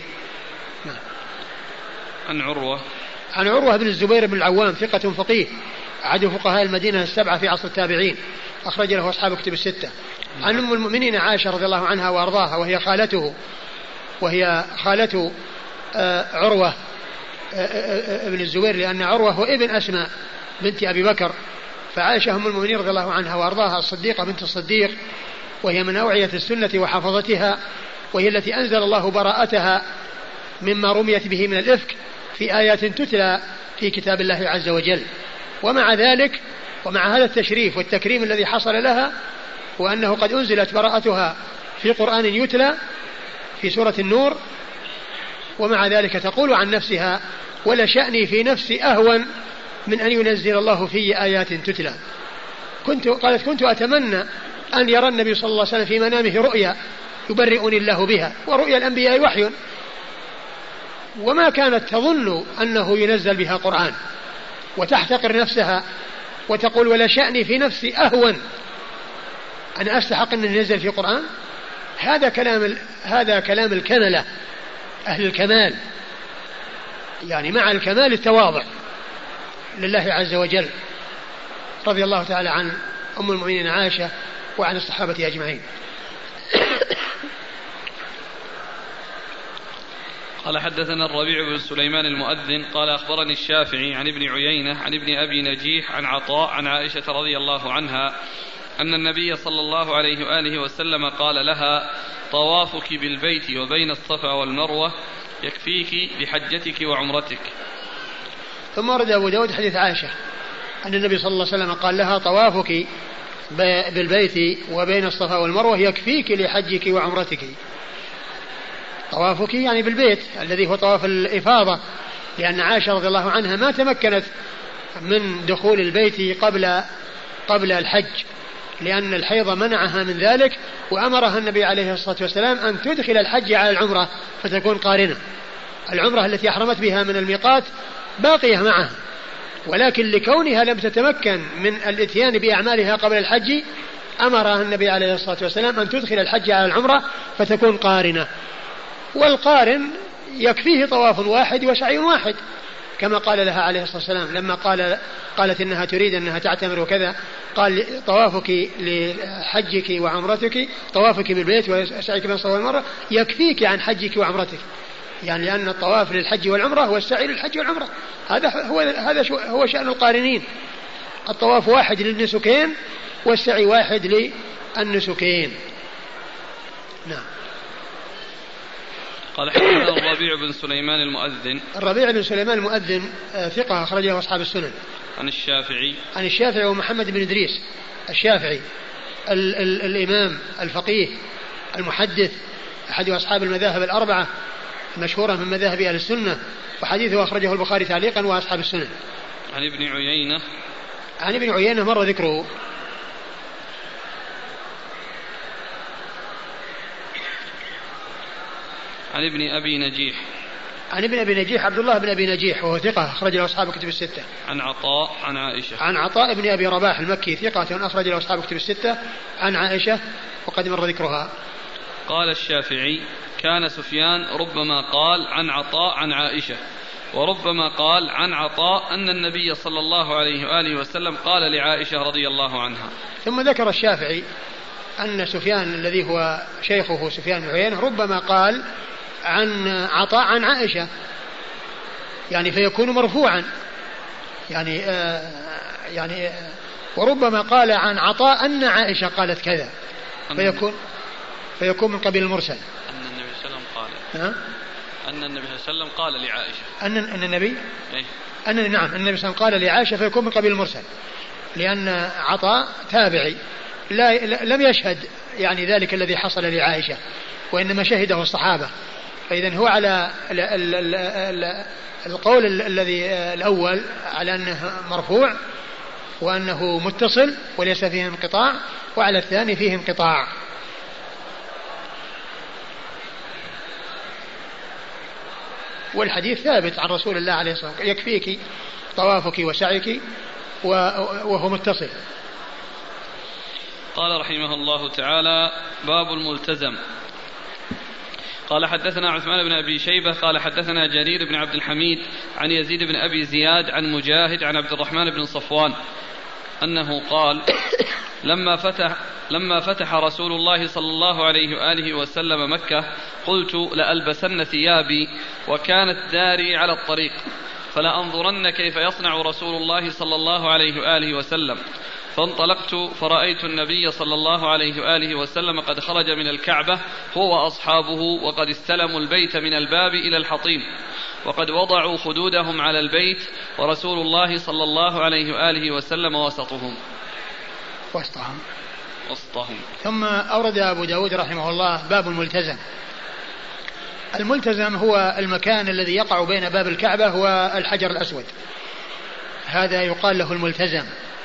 عن عروة عن عروة بن الزبير بن العوام ثقة فقيه أحد فقهاء المدينة السبعة في عصر التابعين، أخرج له أصحاب كتب الستة. عن أم المؤمنين عائشة رضي الله عنها وأرضاها، وهي خالته وهي خالته عروة ابن الزبير، لأن عروة هو ابن أسماء بنت أبي بكر، فعائشة أم المؤمنين رضي الله عنها وأرضاها الصديقة بنت الصديق، وهي من أوعية السنة وحفظتها، وهي التي أنزل الله براءتها مما رميت به من الإفك في آيات تتلى في كتاب الله عز وجل. ومع ذلك ومع هذا التشريف والتكريم الذي حصل لها، وأنه قد أنزلت براءتها في قرآن يتلى في سورة النور، ومع ذلك تقول عن نفسها ولشأني في نفسي أهون من أن ينزل الله في آيات تتلى. كنت قالت كنت أتمنى أن يرى النبي صلى الله عليه وسلم في منامه رؤيا يبرئني الله بها، ورؤيا الأنبياء وحي، وما كانت تظن أنه ينزل بها قرآن، وتحتقر نفسها وتقول ولشأني في نفسي أهون أن أستحق أن ينزل في قرآن. هذا كلام هذا كلام الكملة أهل الكمال، يعني مع الكمال التواضع لله عز وجل، رضي الله تعالى عن أم المؤمنين عائشة وعن الصحابة أجمعين. قال حدثنا الربيع بن سليمان المؤذن قال أخبرني الشافعي عن ابن عيينة عن ابن أبي نجيح عن عطاء عن عائشة رضي الله عنها أن النبي صلى الله عليه وآله وسلم قال لها طوافك بالبيت وبين الصفا والمروة يكفيك لحجتك وعمرتك. ثم ورد أبو داود حديث عائشة أن النبي صلى الله عليه وسلم قال لها طوافك بالبيت وبين الصفا والمروة يكفيك لحجك وعمرتك. طوافك يعني بالبيت الذي هو طواف الإفاضة، لأن عائشة رضي الله عنها ما تمكنت من دخول البيت قبل قبل الحج، لأن الحيض منعها من ذلك، وأمرها النبي عليه الصلاة والسلام أن تدخل الحج على العمرة فتكون قارنة. العمرة التي أحرمت بها من الميقات باقية معها، ولكن لكونها لم تتمكن من الاتيان بأعمالها قبل الحج أمرها النبي عليه الصلاة والسلام أن تدخل الحج على العمرة فتكون قارنة. والقارن يكفيه طواف واحد وسعي واحد، كما قال لها عليه الصلاة والسلام لما قال قالت إنها تريد أنها تعتمر وكذا، قال طوافك لحجك وعمرتك، طوافك بالبيت وسعيك بين الصفا والمروة يكفيك عن حجك وعمرتك، يعني لأن الطواف للحج والعمرة والسعي للحج والعمرة. هذا هو هذا هو شأن القارنين، الطواف واحد للنسكين والسعي واحد للنسكين. نعم. قال حدثنا الربيع بن سليمان المؤذن. الربيع بن سليمان المؤذن ثقة أخرجه أصحاب السنن. عن الشافعي. عن الشافعي ومحمد بن إدريس الشافعي ال- ال- الإمام الفقيه المحدث أحد أصحاب المذاهب الأربعة المشهورة من مذاهب أهل السنة، وحديثه أخرجه البخاري تعليقا وأصحاب السنن. عن ابن عيينة. عن ابن عيينة مر ذكره. عن ابن أبي نجيح. عن ابن أبي نجيح عبد الله بن أبي نجيح وهو ثقة أخرج له أصحاب كتب الستة. عن عطاء عن عائشة. عن عطاء بن أبي رباح المكي ثقة أخرج له أصحاب كتب الستة عن عائشة وقد مر ذكرها. قال الشافعي كان سفيان ربما قال عن عطاء عن عائشة، وربما قال عن عطاء أن النبي صلى الله عليه وآله وسلم قال لعائشة رضي الله عنها. ثم ذكر الشافعي أن سفيان الذي هو شيخه سفيان بن عيينة ربما قال عن عطاء عن عائشة، يعني فيكون مرفوعا، يعني آه يعني آه وربما قال عن عطاء أن عائشة قالت كذا فيكون فيكون من قبيل المرسل. أن النبي صلى الله عليه وسلم قال ها؟ أن النبي صلى الله عليه وسلم قال لعائشة أن أن النبي أي؟ أن نعم النبي صلى الله عليه وسلم قال لعائشة فيكون من قبيل المرسل، لأن عطاء تابعي لا لم يشهد يعني ذلك الذي حصل لعائشة، وإنما شهده الصحابة، فإذا هو على ال ال ال ال القول الذي الأول على أنه مرفوع وأنه متصل وليس فيه انقطاع، وعلى الثاني فيه انقطاع. والحديث ثابت عن رسول الله عليه الصلاة والسلام يكفيك طوافك وسعيك وهو متصل. قال رحمه الله تعالى باب الملتزم. قال حدثنا عثمان بن أبي شيبة قال حدثنا جرير بن عبد الحميد عن يزيد بن أبي زياد عن مجاهد عن عبد الرحمن بن صفوان أنه قال لما فتح, لما فتح رسول الله صلى الله عليه وآله وسلم مكة قلت لألبسن ثيابي وكانت داري على الطريق فلأنظرن كيف يصنع رسول الله صلى الله عليه وآله وسلم، فانطلقت فرأيت النبي صلى الله عليه وآله وسلم قد خرج من الكعبة هو وأصحابه وقد استلموا البيت من الباب إلى الحطيم وقد وضعوا خدودهم على البيت ورسول الله صلى الله عليه وآله وسلم وسطهم. وسطهم وسطهم. ثم أورد أبو داود رحمه الله باب الملتزم. الملتزم هو المكان الذي يقع بين باب الكعبة والحجر الأسود، هذا يقال له الملتزم.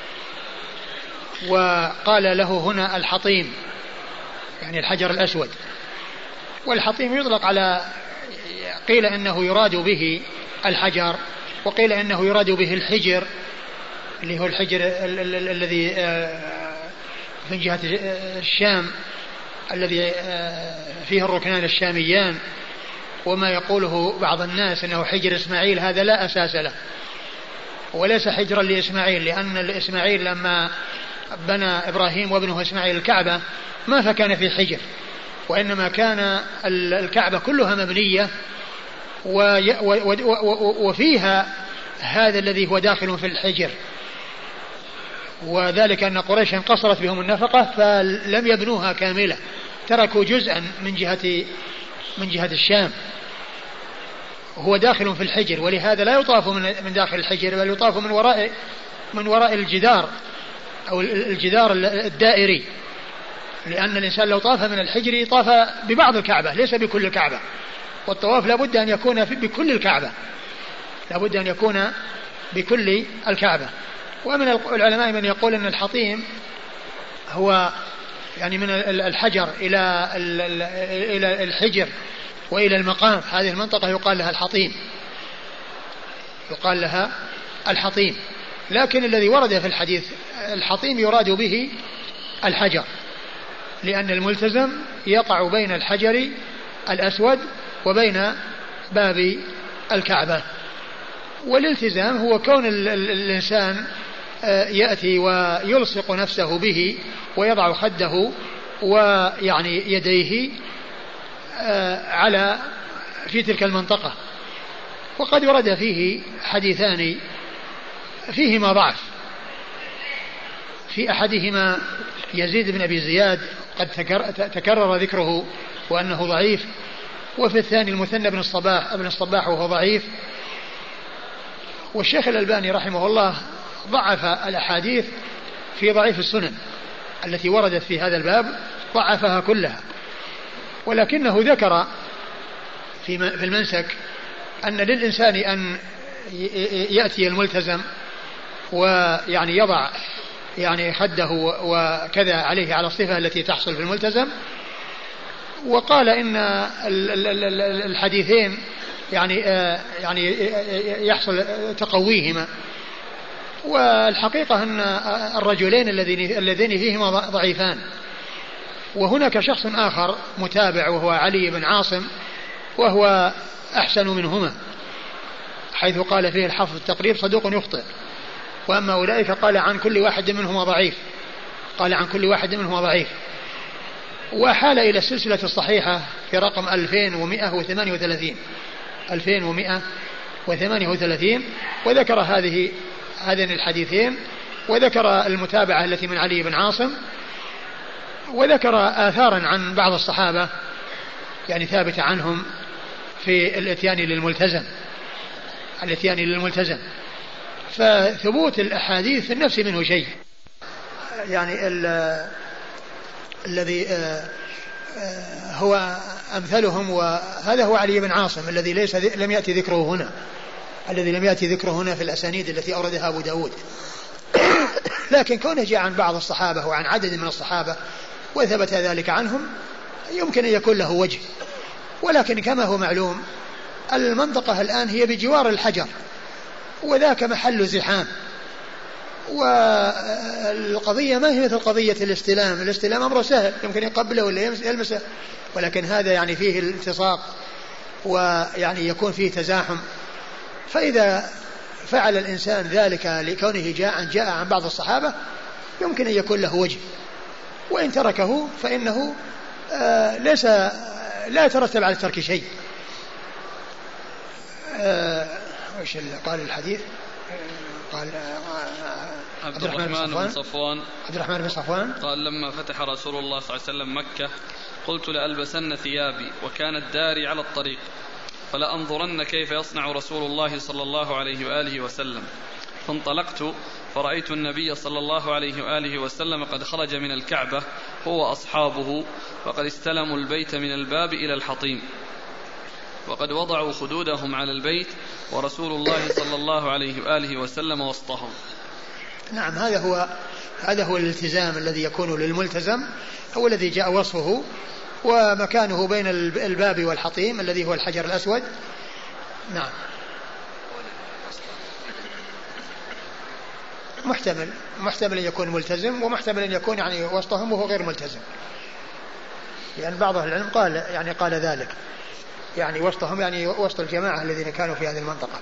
وقال له هنا الحطيم، يعني الحجر الأسود. والحطيم يطلق على، قيل إنه يراد به الحجر، وقيل إنه يراد به الحجر اللي هو الحجر الذي من جهة الشام الذي فيه الركنان الشاميان. وما يقوله بعض الناس أنه حجر إسماعيل هذا لا أساس له، وليس حجرا لإسماعيل، لأن إسماعيل لما بنى إبراهيم وابنه إسماعيل الكعبة ما فكان في حجر، وإنما كان الكعبة كلها مبنية وفيها هذا الذي هو داخل في الحجر، وذلك أن قريش انقصرت بهم النفقة فلم يبنوها كاملة، تركوا جزءا من جهة من جهة الشام، هو داخل في الحجر. ولهذا لا يطاف من داخل الحجر، بل يطاف من وراء من وراء الجدار أو الجدار الدائري، لأن الإنسان لو طاف من الحجر طاف ببعض الكعبة ليس بكل الكعبة، والطواف لابد أن يكون بكل الكعبة، لابد أن يكون بكل الكعبة. ومن العلماء من يقول أن الحطيم هو يعني من الحجر إلى إلى الحجر وإلى المقام، هذه المنطقة يقال لها الحطيم، يقال لها الحطيم. لكن الذي ورد في الحديث الحطيم يراد به الحجر، لأن الملتزم يقع بين الحجر الأسود وبين باب الكعبة. والالتزام هو كون الإنسان يأتي ويلصق نفسه به ويضع خده ويعني يديه على في تلك المنطقة. وقد ورد فيه حديثان فيهما ضعف، في أحدهما يزيد بن أبي زياد قد تكرر ذكره وأنه ضعيف، وفي الثاني المثنى بن الصباح ابن الصباح وهو ضعيف. والشيخ الألباني رحمه الله ضعف الأحاديث في ضعيف السنن التي وردت في هذا الباب، ضعفها كلها، ولكنه ذكر في المنسك أن للإنسان أن يأتي الملتزم ويعني يضع يعني خده وكذا عليه على الصفة التي تحصل في الملتزم. وقال إن الحديثين يعني يعني يحصل تقويهما، والحقيقة أن الرجلين الذين الذين فيهما ضعيفان، وهناك شخص آخر متابع وهو علي بن عاصم وهو أحسن منهما، حيث قال فيه الحافظ التقريب صدوق يخطئ، وأما أولئك قال عن كل واحد منهما ضعيف، قال عن كل واحد منهما ضعيف. وحال إلى السلسلة الصحيحة في رقم ألفين ومئة وثمانية وثلاثين ألفين ومئة وثمانية وثلاثين، وذكر هذه هذين الحديثين، وذكر المتابعة التي من علي بن عاصم، وذكر آثارا عن بعض الصحابة يعني ثابتة عنهم في الاتيان للملتزم الاتيان للملتزم. فثبوت الأحاديث في النفس منه شيء، يعني الذي هو أمثلهم، وهذا هو علي بن عاصم الذي ليس لم يأتي ذكره هنا الذي لم يأتي ذكره هنا في الأسانيد التي أوردها أبو داود. لكن كونه جاء عن بعض الصحابة وعن عدد من الصحابة وثبت ذلك عنهم يمكن أن يكون له وجه. ولكن كما هو معلوم المنطقة الآن هي بجوار الحجر، وذاك محل زحام، والقضية ما هي مثل قضية الاستلام. الاستلام أمره سهل، يمكن يقبله ولا يلمسه، ولكن هذا يعني فيه الالتصاق ويعني يكون فيه تزاحم. فإذا فعل الإنسان ذلك لكونه جاء جاء عن بعض الصحابة يمكن أن يكون له وجه، وإن تركه فإنه آه ليس لا يترتب على ترك شيء. آه وش اللي قال الحديث؟ قال عبد الرحمن بن صفوان عبد الرحمن بن صفوان قال لما فتح رسول الله صلى الله عليه وسلم مكة قلت لألبسن ثيابي وكانت داري على الطريق فلأنظرن كيف يصنع رسول الله صلى الله عليه وآله وسلم، فانطلقت فرأيت النبي صلى الله عليه وآله وسلم قد خرج من الكعبة هو وأصحابه وقد استلموا البيت من الباب إلى الحطيم وقد وضعوا خدودهم على البيت ورسول الله صلى الله عليه وآله وسلم وسطهم. نعم، هذا هو هذا هو الالتزام الذي يكون للملتزم، هو الذي جاء وصفه، ومكانه بين الباب والحطيم الذي هو الحجر الأسود. نعم، محتمل محتمل أن يكون ملتزم، ومحتمل أن يكون يعني وسطهم وهو غير ملتزم، لأن يعني بعض العلم قال يعني قال ذلك، يعني وسطهم يعني وسط الجماعة الذين كانوا في هذه المنطقة.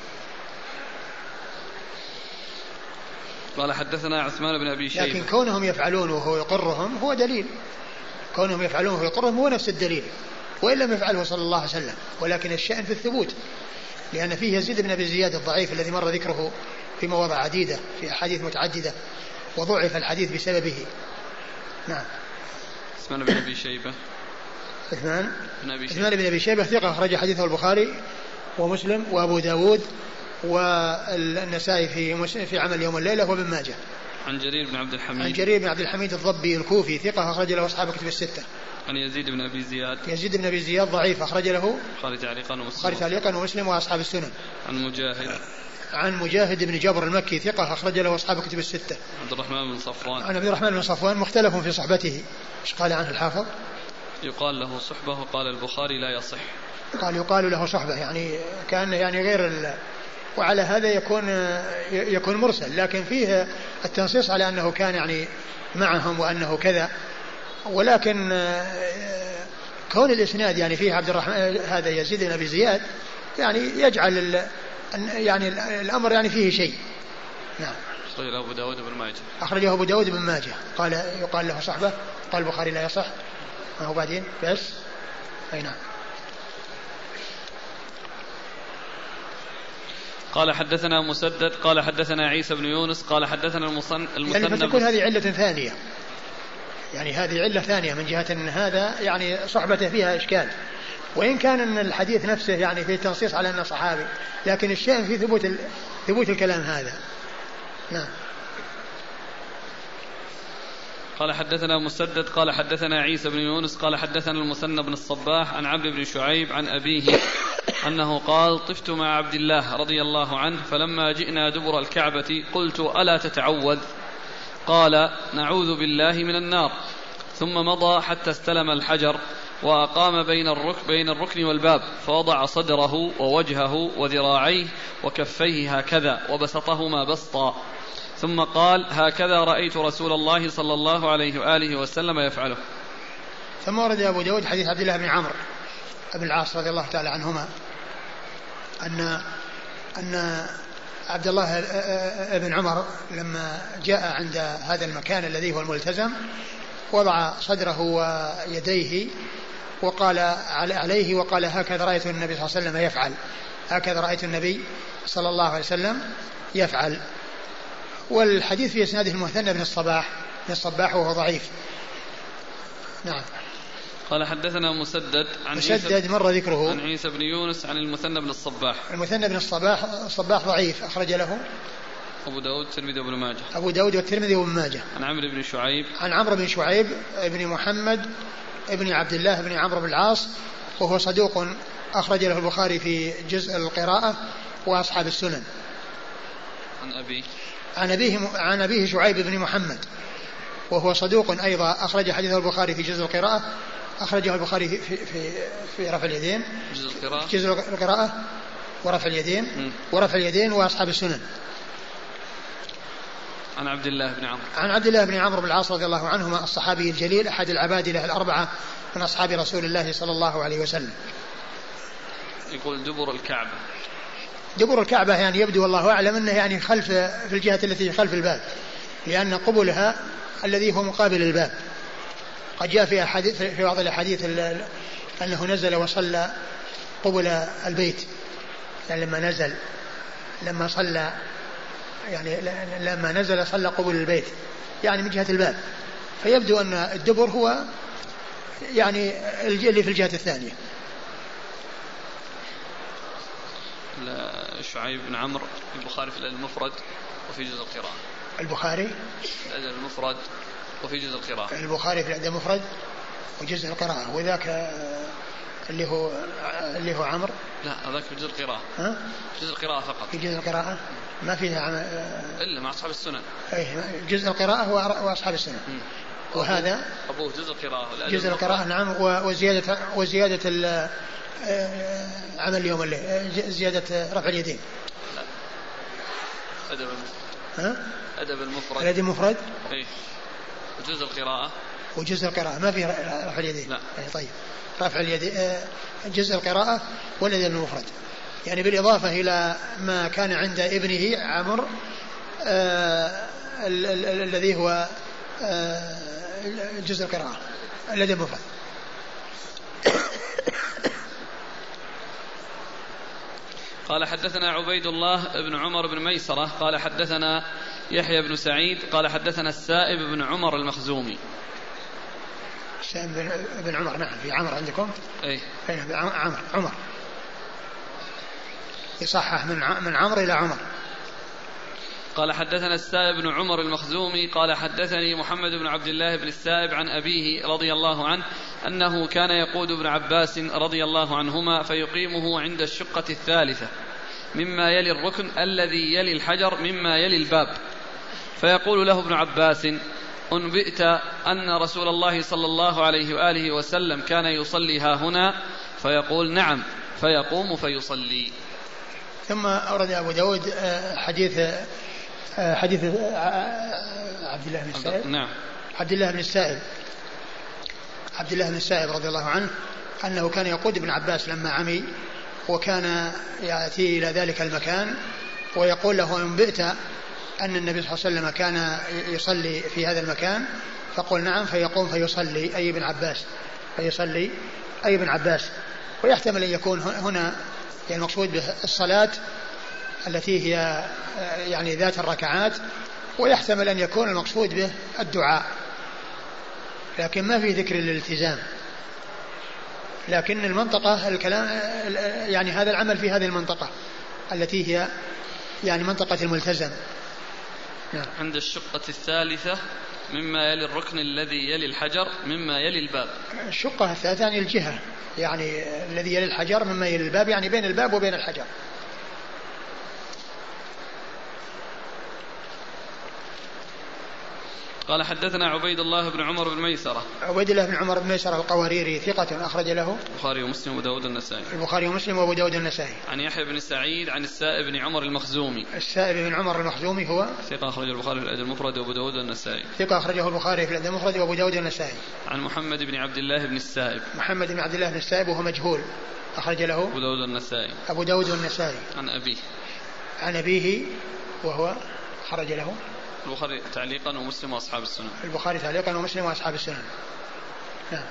قال حدثنا عثمان بن أبي شيبة. لكن كونهم يفعلون وهو يقرهم هو دليل، كونهم يفعلون وهو يقرهم هو نفس الدليل، وإن لم يفعله صلى الله عليه وسلم، ولكن الشأن في الثبوت، لأن فيه يزيد بن أبي زياد الضعيف الذي مر ذكره في مواضع عديدة في أحاديث متعددة وضعف الحديث بسببه. نعم. عثمان بن أبي شيبة. عثمان بن أبي شيبة. بن أبي شيبة ثقة، أخرج حديثه البخاري ومسلم وأبو داود والنسائي في في عمل يوم الليلة وابن ماجه. عن جرير بن عبد الحميد. عن جرير بن عبد الحميد الضبي الكوفي ثقة، أخرج له أصحاب كتب الستة. عن يزيد بن أبي زياد. يزيد بن أبي زياد ضعيف، أخرج له البخاري تعليقا ومسلم. البخاري تعليقا ومسلم وأصحاب السنن. عن مجاهد. عن مجاهد بن جبر المكي ثقة، أخرج له أصحاب كتب الستة. عبد الرحمن بن صفوان. عن عبد الرحمن بن صفوان مختلف في صحبته، ايش قال عنه الحافظ؟ يقال له صحبة، وقال البخاري لا يصح. قال يقال له صحبة، يعني كان يعني غير ال... وعلى هذا يكون يكون مرسل، لكن فيه التنصيص على أنه كان يعني معهم وأنه كذا، ولكن كون الإسناد يعني فيه عبد الرحمن هذا يزيد بن أبي زياد يعني يجعل ال... يعني الأمر يعني فيه شيء. نعم. أخرجه أبو داود بن ماجه. أخرجه أبو داود بن ماجه، قال يقال له صحبة، قال البخاري لا يصح. ما هو بعدين بس. أي نعم. قال حدثنا مسدد قال حدثنا عيسى بن يونس قال حدثنا المثنى. يعني فتكون هذه علة ثانية، يعني هذه علة ثانية من جهة أن هذا يعني صحبته فيها إشكال، وإن كان أن الحديث نفسه يعني فيه تنصيص على أنه صحابي، لكن الشيء في ثبوت ال... ثبوت الكلام هذا. نعم. قال حدثنا مسدد قال حدثنا عيسى بن يونس قال حدثنا المثنى بن الصباح عن عمرو بن شعيب عن أبيه أنه قال طفت مع عبد الله رضي الله عنه فلما جئنا دبر الكعبة قلت ألا تتعوذ؟ قال نعوذ بالله من النار. ثم مضى حتى استلم الحجر وأقام بين الركن, بين الركن والباب فوضع صدره ووجهه وذراعيه وكفيه هكذا وبسطهما بسطا، ثم قال هكذا رأيت رسول الله صلى الله عليه وآله وسلم يفعله. ثم ورد أبو داود حديث عبد الله بن عمرو بن العاص رضي الله تعالى عنهما أن أن عبد الله بن عمر لما جاء عند هذا المكان الذي هو الملتزم وضع صدره ويديه وقال عليه وقال هكذا رأيت النبي صلى الله عليه وسلم يفعل، هكذا رأيت النبي صلى الله عليه وسلم يفعل. والحديث في إسناده المثنى بن الصباح بن الصباح وهو ضعيف. نعم. قال حدثنا مسدد عن مسدد مر ذكره عن عيسى بن يونس عن المثنى بن الصباح. المثنى بن الصباح الصباح ضعيف، أخرج له أبو داود والترمذي وابن ماجه. أبو داود والترمذي وابن ماجه. عن عمرو بن شعيب عن عمرو بن شعيب ابن محمد ابن عبد الله بن عمرو بن العاص وهو صدوق، أخرج له البخاري في جزء القراءة وأصحاب السنن. عن أبي عن أبيه عن أبيه شعيب بن محمد وهو صدوق أيضا، أخرج حديث البخاري في جزء القراءة، أخرجه البخاري في في في, في رفع اليدين جزء القراءة جزء القراءة ورفع اليدين م. ورفع اليدين وأصحاب السنن. عن عبد الله بن عمرو عن عبد الله بن عمرو بن العاص رضي الله عنهما الصحابي الجليل أحد العبادلة الأربعة من أصحاب رسول الله صلى الله عليه وسلم. يقول دبر الكعبة. دبر الكعبة يعني يبدو والله أعلم أنه يعني خلف في الجهة التي خلف الباب، لأن قبلها الذي هو مقابل الباب. قد جاء في أحاديث في بعض الأحاديث أنه نزل وصلى قبل البيت، يعني لما نزل لما صلى يعني لما نزل صلى قبل البيت يعني من جهة الباب، فيبدو أن الدبر هو يعني اللي في الجهة الثانية. شعيب بن عمرو البخاري في المفرد وفي جزء القراءة. البخاري الأدب المفرد وفي جزء القراءة. البخاري في الأدب المفرد وجزء القراءة، وذاك اللي هو اللي هو عمرو. لا هذاك في جزء القراءة. ها؟ جزء القراءة فقط. في جزء القراءة ما فيها عم... إلا مع أصحاب السنن. أيه جزء القراءة وأصحاب السنن. م. وهذا أبوه جزء القراءة. جزء القراءة نعم، وزيادة وزيادة عمل اليوم الليل، زيادة رفع اليدين. لا. أدب المفرد. ها؟ أدب المفرد. الأدب المفرد. إيه. وجزء القراءة. وجزء القراءة ما فيه رفع اليدين. لا. يعني طيب رفع اليدين جزء القراءة والأدب المفرد، يعني بالإضافة إلى ما كان عند ابنه عمرو الذي هو آه جزء القراءة الذي المفرد. قال حدثنا عبيد الله بن عمر بن ميسرة قال حدثنا يحيى بن سعيد قال حدثنا السائب بن عمر المخزومي. السائب بن عمر نعم، في عمر عندكم؟ اي عمر عمر يصحح من من عمر إلى عمر. قال حدثنا السائب بن عمر المخزومي قال حدثني محمد بن عبد الله بن السائب عن أبيه رضي الله عنه أنه كان يقود ابن عباس رضي الله عنهما فيقيمه عند الشقة الثالثة مما يلي الركن الذي يلي الحجر مما يلي الباب، فيقول له ابن عباس: أنبئت أن رسول الله صلى الله عليه وآله وسلم كان يصلي ها هنا؟ فيقول: نعم، فيقوم فيصلي. ثم أورد أبو داود حديث حديث عبد الله بن السائب. نعم. عبد الله بن السائب عبد الله بن السائب رضي الله عنه أنه كان يقود ابن عباس لما عمي، وكان يأتي إلى ذلك المكان ويقول له: أنبئت أن النبي صلى الله عليه وسلم كان يصلي في هذا المكان؟ فقل: نعم، فيقوم فيصلي أي ابن عباس فيصلي أي ابن عباس. ويحتمل أن يكون هنا يعني المقصود به الصلاة التي هي يعني ذات الركعات، ويحتمل أن يكون المقصود به الدعاء، لكن ما في ذكر الالتزام. لكن المنطقة الكلام يعني هذا العمل في هذه المنطقة التي هي يعني منطقة الملتزم. نعم. عند الشقة الثالثة مما يلي الركن الذي يلي الحجر مما يلي الباب. الشقة الثالثة يعني الجهة، يعني الذي يلي الحجر مما يلي الباب، يعني بين الباب وبين الحجر. قال حدثنا عبيد الله بن عمر بن ميسرة. عبيد الله بن عمر بن ميسرة القواريري ثقة أخرج له البخاري ومسلم وأبو داود النسائي. البخاري ومسلم وأبو داود النسائي. عن يحيى بن سعيد عن السائب بن عمر المخزومي. السائب بن عمر المخزومي هو ثقة أخرج البخاري في الأدب المفرد وأبو داود النسائي. ثقة أخرجه البخاري في الأدب المفرد وأبو داود النسائي. عن محمد بن عبد الله بن السائب. محمد بن عبد الله بن السائب وهو مجهول أخرج له أبو داود النسائي. أبو داود النسائي. عن أبيه عن أبيه وهو خرج له البخاري تعليقا ومسلم وأصحاب السنن. البخاري تعليقا ومسلم وأصحاب السنن. نعم.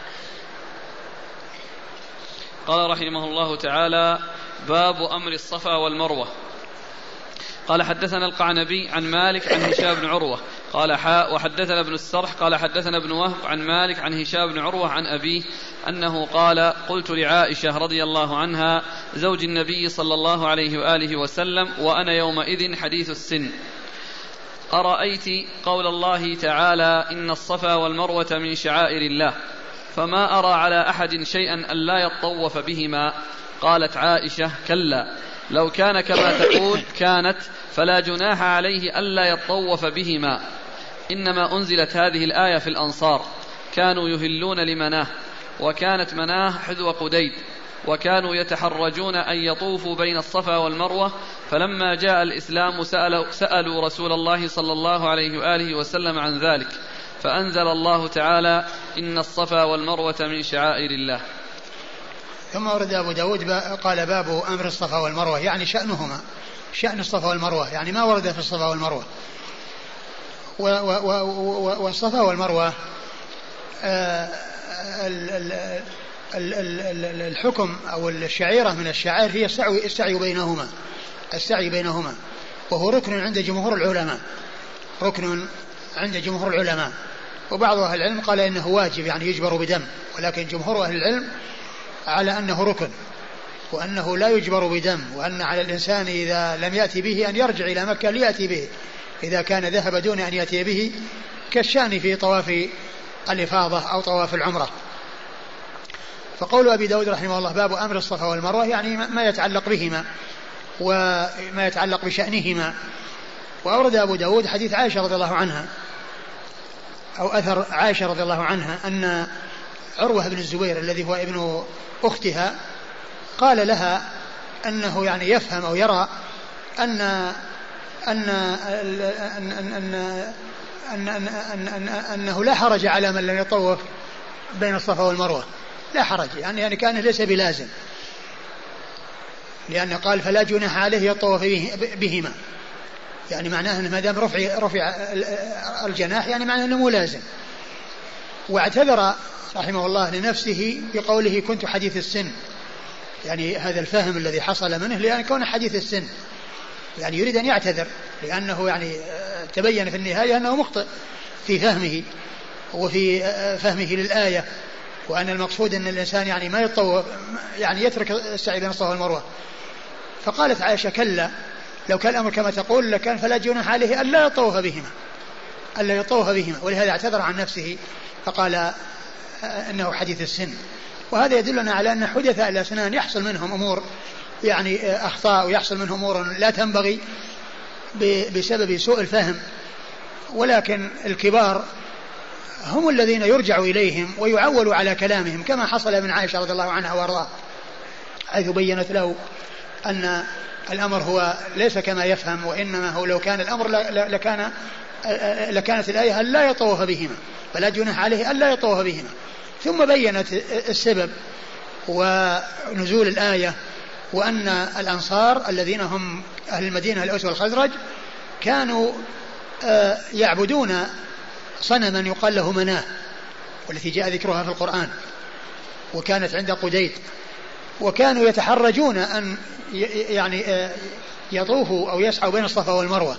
قال رحمه الله تعالى: باب أمر الصفا والمروة. قال حدثنا القعنبي عن مالك عن هشام بن عروة قال حاء وحدثنا ابن السرح قال حدثنا ابن وهب عن مالك عن هشام بن عروة عن أبيه أنه قال: قلت لعائشة رضي الله عنها زوج النبي صلى الله عليه وآله وسلم وأنا يومئذ حديث السن: أرأيت قول الله تعالى: إن الصفا والمروة من شعائر الله، فما أرى على أحد شيئا ألا يطوف بهما. قالت عائشة: كلا، لو كان كما تقول كانت، فلا جناح عليه ألا يطوف بهما، إنما أنزلت هذه الآية في الأنصار، كانوا يهلون لمناه، وكانت مناه حذو قديد، وكانوا يتحرجون أن يطوفوا بين الصفا والمروة، فلما جاء الإسلام سألوا, سألوا رسول الله صلى الله عليه وآله وسلم عن ذلك، فأنزل الله تعالى: إن الصفا والمروة من شعائر الله. ثم ورد أبو داود قال: باب أمر الصفا والمروة، يعني شأنهما، شأن الصفا والمروة، يعني ما ورد في الصفا والمروة. والصفا والمروة آه الحكم أو الشعيرة من الشعائر هي السعي, السعي بينهما السعي بينهما وهو ركن عند جمهور العلماء ركن عند جمهور العلماء وبعض أهل العلم قال إنه واجب، يعني يجبر بدم، ولكن جمهور أهل العلم على أنه ركن وأنه لا يجبر بدم، وأن على الإنسان إذا لم يأتي به أن يرجع إلى مكة ليأتي به إذا كان ذهب دون أن يأتي به، كالشأن في طواف الإفاضة أو طواف العمرة. فقول أبي داود رحمه الله باب أمر الصفا والمروة يعني ما يتعلق بهما وما يتعلق بشأنهما. وأورد أبو داود حديث عائشة رضي الله عنها أو أثر عائشة رضي الله عنها أن عروة بن الزبير الذي هو ابن أختها قال لها أنه يعني يفهم أو يرى أن أن أن أن أن أن أن أنه لا حرج على من لم يطوف بين الصفا والمروة، لا حرج يعني يعني كان ليس بلازم، لأنه قال فلا جناح عليه يطوف بهما، يعني معناه أنه ما دام رفع رفع الجناح يعني معناه أنه مو لازم. واعتذر رحمه الله لنفسه بقوله كنت حديث السن، يعني هذا الفهم الذي حصل منه لأن كونه حديث السن، يعني يريد أن يعتذر لأنه يعني تبين في النهاية أنه مخطئ في فهمه وفي فهمه للآية، وأن المقصود أن الإنسان يعني ما يطوف يعني يترك السعي بين الصفا والمروة. فقالت عائشة كلا لو كان الأمر كما تقول لكان فلا جناح عليه ألا يطوف بهما ألا يطوف بهما ولهذا اعتذر عن نفسه فقال أنه حديث السن. وهذا يدلنا على أن حدثاء الأسنان يحصل منهم أمور يعني أخطاء ويحصل منهم أمور لا تنبغي بسبب سوء الفهم، ولكن الكبار هم الذين يرجع إليهم ويعول على كلامهم كما حصل من عائشة رضي الله عنها وارضاها، حيث بينت له أن الأمر هو ليس كما يفهم، وإنما هو لو كان الأمر لكان لكانت الآية ألا يطوف بهما فلا جناح عليه ألا يطوف بهما. ثم بينت السبب ونزول الآية، وأن الأنصار الذين هم أهل المدينة الأوس والخزرج كانوا يعبدون صنما يقال له مناه، والتي جاء ذكرها في القرآن، وكانت عند قديد، وكانوا يتحرجون أن يعني يطوفوا أو يسعوا بين الصفا والمروة،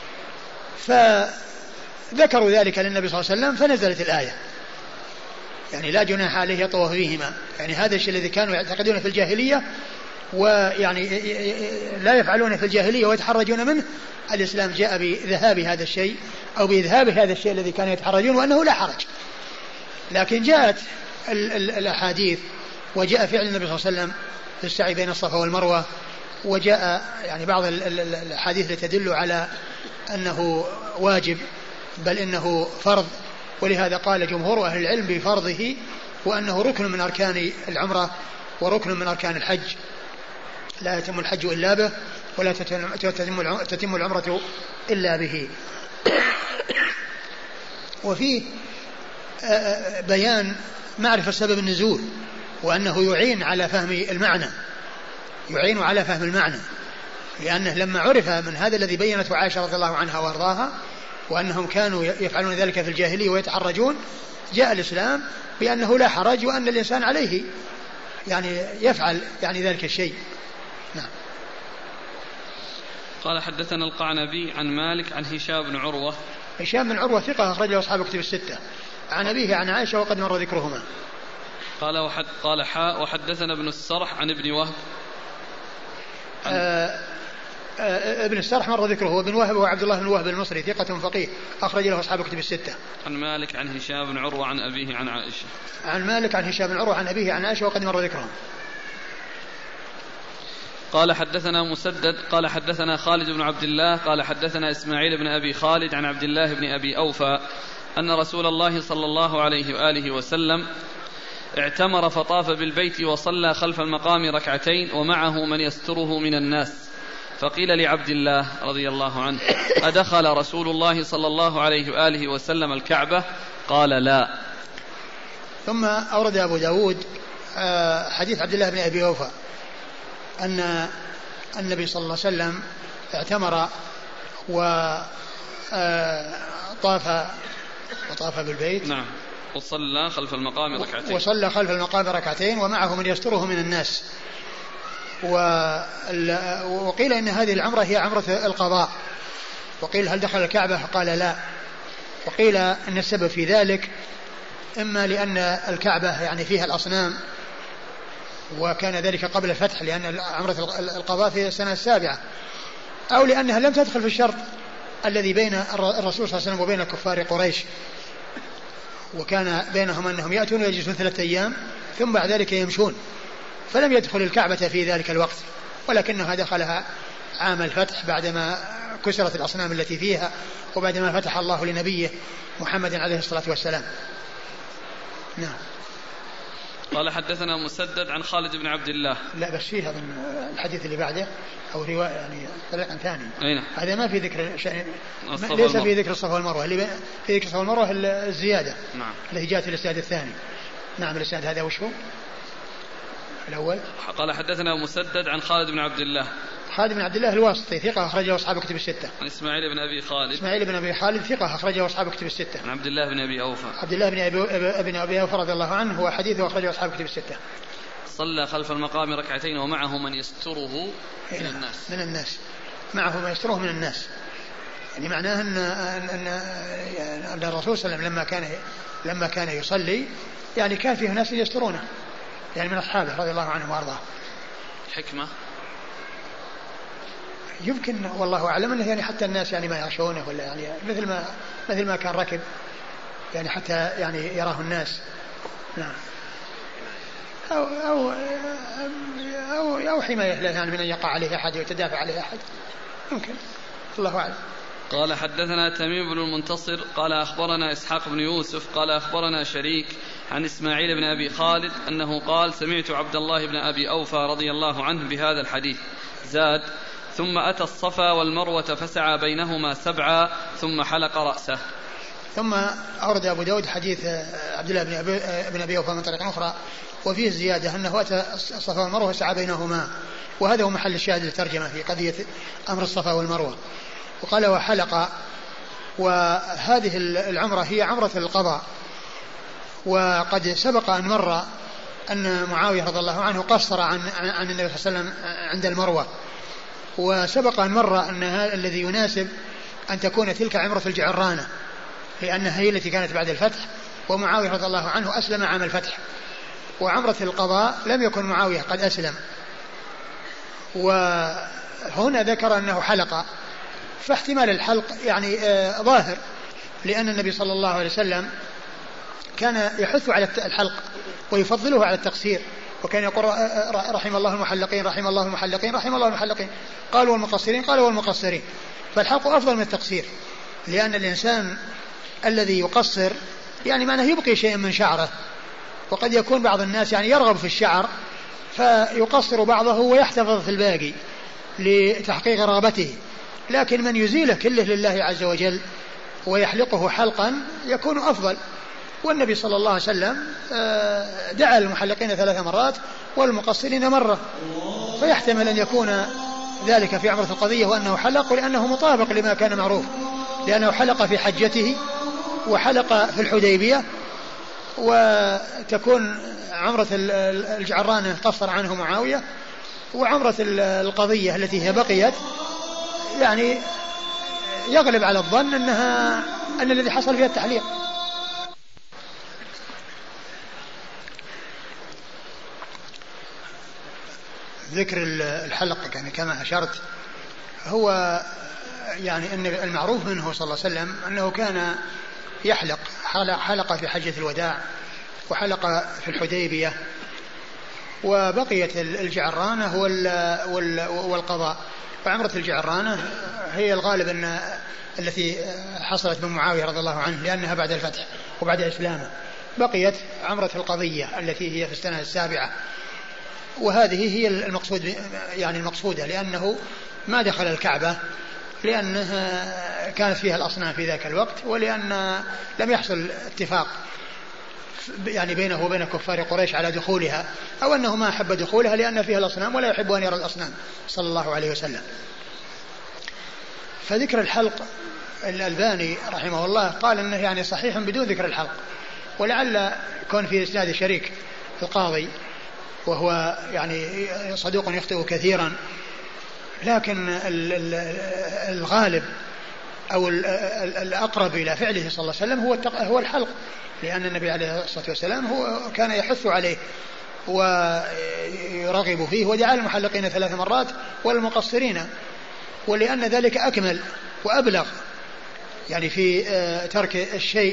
فذكروا ذلك للنبي صلى الله عليه وسلم فنزلت الآية يعني لا جناح عليه يطوف بهما، يعني هذا الشيء الذي كانوا يعتقدون في الجاهلية ويعني لا يفعلون في الجاهلية ويتحرجون منه، الإسلام جاء بذهاب هذا الشيء أو بإذهاب هذا الشيء الذي كانوا يتحرجون وأنه لا حرج. لكن جاءت ال- ال- الأحاديث وجاء فعل النبي صلى الله عليه وسلم في السعي بين الصفا والمروة، وجاء يعني بعض ال- ال- الأحاديث التي تدل على أنه واجب بل إنه فرض، ولهذا قال جمهور أهل العلم بفرضه وأنه ركن من أركان العمرة وركن من أركان الحج، لا يتم الحج إلا به ولا تتم العمرة إلا به. وفيه بيان معرفة سبب النزول، وأنه يعين على فهم المعنى يعين على فهم المعنى لأنه لما عرف من هذا الذي بينته عائشة رضي الله عنها وارضاها وأنهم كانوا يفعلون ذلك في الجاهلية ويتحرجون، جاء الإسلام بأنه لا حرج وأن الإنسان عليه يعني يفعل يعني ذلك الشيء. نعم. قال حدثنا القعنبي عن مالك عن هشام بن عروة. هشام بن عروة ثقة أخرج له أصحاب كتب الستة، عن أبيه عن عائشة وقد مر ذكرهما. قال وحد قال حاء وحدثنا ابن السرح عن ابن وهب. آه آه ابن السرح مر ذكره، وابن وهب هو عبد الله بن وهب المصري ثقة فقيه أخرج له أصحاب كتب الستة. عن مالك عن هشام بن عروة عن أبيه عن عائشة. عن مالك عن هشام بن عروة عن أبيه عن عائشة وقد مر ذكرهم. قال حدثنا مسدد قال حدثنا خالد بن عبد الله قال حدثنا إسماعيل بن أبي خالد عن عبد الله بن أبي أوفى أن رسول الله صلى الله عليه وآله وسلم اعتمر فطاف بالبيت وصلى خلف المقام ركعتين ومعه من يستره من الناس، فقيل لعبد الله رضي الله عنه أدخل رسول الله صلى الله عليه وآله وسلم الكعبة؟ قال لا. ثم أورد أبو داود حديث عبد الله بن أبي أوفى أن النبي صلى الله عليه وسلم اعتمر وطاف وطاف بالبيت. نعم. وصلى خلف المقام ركعتين وصلى خلف المقام ركعتين ومعه من يستره من الناس. وقيل إن هذه العمرة هي عمرة القضاء، وقيل هل دخل الكعبة؟ قال لا. وقيل إن السبب في ذلك إما لأن الكعبة يعني فيها الأصنام وكان ذلك قبل الفتح لأن عمرة القضاء في السنة السابعة، أو لأنها لم تدخل في الشرط الذي بين الرسول صلى الله عليه وسلم وبين كفار قريش، وكان بينهم أنهم يأتون ويجلسون ثلاثة أيام ثم بعد ذلك يمشون، فلم يدخل الكعبة في ذلك الوقت، ولكنها دخلها عام الفتح بعدما كسرت الأصنام التي فيها، وبعدما فتح الله لنبيه محمد عليه الصلاة والسلام. نعم. قال حدثنا مسدد عن خالد بن عبد الله. لا بس فيها الحديث اللي بعده أو رواية يعني عن ثاني. أين؟ هذا ما في ذكر شيء، ليس في ذكر الصفا والمروة، اللي في ذكر الصفا والمروة الزيادة. نعم. التي جاءت في الإسناد الثاني. نعم الإسناد هذا وش هو؟ الأول. قال حدثنا مسدد عن خالد بن عبد الله. خالد بن عبد الله الواسطي ثقة أخرجه أصحاب كتب الستة. عن إسماعيل بن أبي خالد. إسماعيل بن أبي خالد ثقة أخرجه أصحاب كتب الستة. عن عبد الله بن أبي أوفى. عبد الله بن أبي بن أبي أوفى رضي الله عنه هو حديثه أخرجه أصحاب كتب الستة. صلى خلف المقام ركعتين ومعه من يستره من الناس. من الناس معه من يستره من الناس، يعني معناه أن أن أن الرسول صلى الله عليه وسلم لما كان لما كان يصلي يعني كان فيه ناس يسترونه، يعني من أصحابه رضي الله عنهم وأرضاه. حكمة يمكن والله أعلم أنه يعني حتى الناس يعني ما يخشونه، ولا يعني مثل ما مثل ما كان ركب يعني حتى يعني يراه الناس. نعم. أو أو أو, أو حماية له يعني من أن يقع عليه أحد ويتدافع عليه أحد، يمكن، الله أعلم. قال حدثنا تميم بن المنتصر قال أخبرنا إسحاق بن يوسف قال أخبرنا شريك عن إسماعيل بن أبي خالد أنه قال سمعت عبد الله بن أبي أوفى رضي الله عنه بهذا الحديث. زاد ثم أتى الصفا والمروة فسعى بينهما سبعا ثم حلق رأسه. ثم أورد أبو داود حديث عبد الله بن أبي, بن أبي أوفى من طريق أخرى وفيه الزيادة أنه أتى الصفا والمروة وسعى بينهما، وهذا هو محل الشاهد للترجمة في قضية أمر الصفا والمروة. وقال وحلق، وهذه العمرة هي عمرة القضاء، وقد سبق أن مر أن معاوية رضي الله عنه قصر عن, عن النبي صلى الله عليه وسلم عند المروة، وسبق أن مر أن الذي يناسب أن تكون تلك عمرة الجعرانة لأنها هي التي كانت بعد الفتح، ومعاوية رضي الله عنه أسلم عام الفتح، وعمرة القضاء لم يكن معاوية قد أسلم. وهنا ذكر أنه حلق، فاحتمال الحلق يعني آه ظاهر، لأن النبي صلى الله عليه وسلم كان يحث على الحلق ويفضله على التقصير، وكان يقول رحم الله المحلقين رحم الله المحلقين رحم الله المحلقين، قالوا والمقصرين قالوا والمقصرين، فالحلق أفضل من التقصير، لأن الإنسان الذي يقصر يعني معناه يبقي شيء من شعره، وقد يكون بعض الناس يعني يرغب في الشعر فيقصر بعضه ويحتفظ في الباقي لتحقيق رغبته، لكن من يزيله كله لله عز وجل ويحلقه حلقا يكون أفضل. والنبي صلى الله عليه وسلم دعا المحلقين ثلاث مرات والمقصرين مرة، فيحتمل أن يكون ذلك في عمرة القضية وأنه حلق، ولأنه مطابق لما كان معروف، لأنه حلق في حجته وحلق في الحديبية، وتكون عمرة الجعرانة قصر عنه معاوية، وعمرة القضية التي هي بقيت يعني يغلب على الظن أنها أن الذي حصل فيها التحليق. ذكر الحلق يعني كما أشرت هو يعني أن المعروف منه صلى الله عليه وسلم أنه كان يحلق، حلق في حجة الوداع وحلق في الحديبية، وبقيت الجعرانة والقضاء. وعمرة الجعرانة هي الغالب أن التي حصلت من معاوية رضي الله عنه لأنها بعد الفتح وبعد إسلامه. بقيت عمرة القضية التي هي في السنة السابعة، وهذه هي المقصود يعني المقصودة، لأنه ما دخل الكعبة لأنها كانت فيها الأصنام في ذاك الوقت، ولأن لم يحصل اتفاق يعني بينه وبين كفار قريش على دخولها، أو أنه ما أحب دخولها لأن فيها الأصنام ولا يحب أن يرى الأصنام صلى الله عليه وسلم. فذكر الحلق الألباني رحمه الله قال أنه يعني صحيح بدون ذكر الحلق، ولعل يكون في إسناد شريك القاضي وهو يعني صدوق يخطئ كثيرا، لكن الغالب أو الأقرب إلى فعله صلى الله عليه وسلم هو هو الحلق، لأن النبي عليه الصلاة والسلام هو كان يحث عليه ويرغب فيه، ودعا المحلقين ثلاث مرات والمقصرين، ولأن ذلك أكمل وأبلغ يعني في ترك الشيء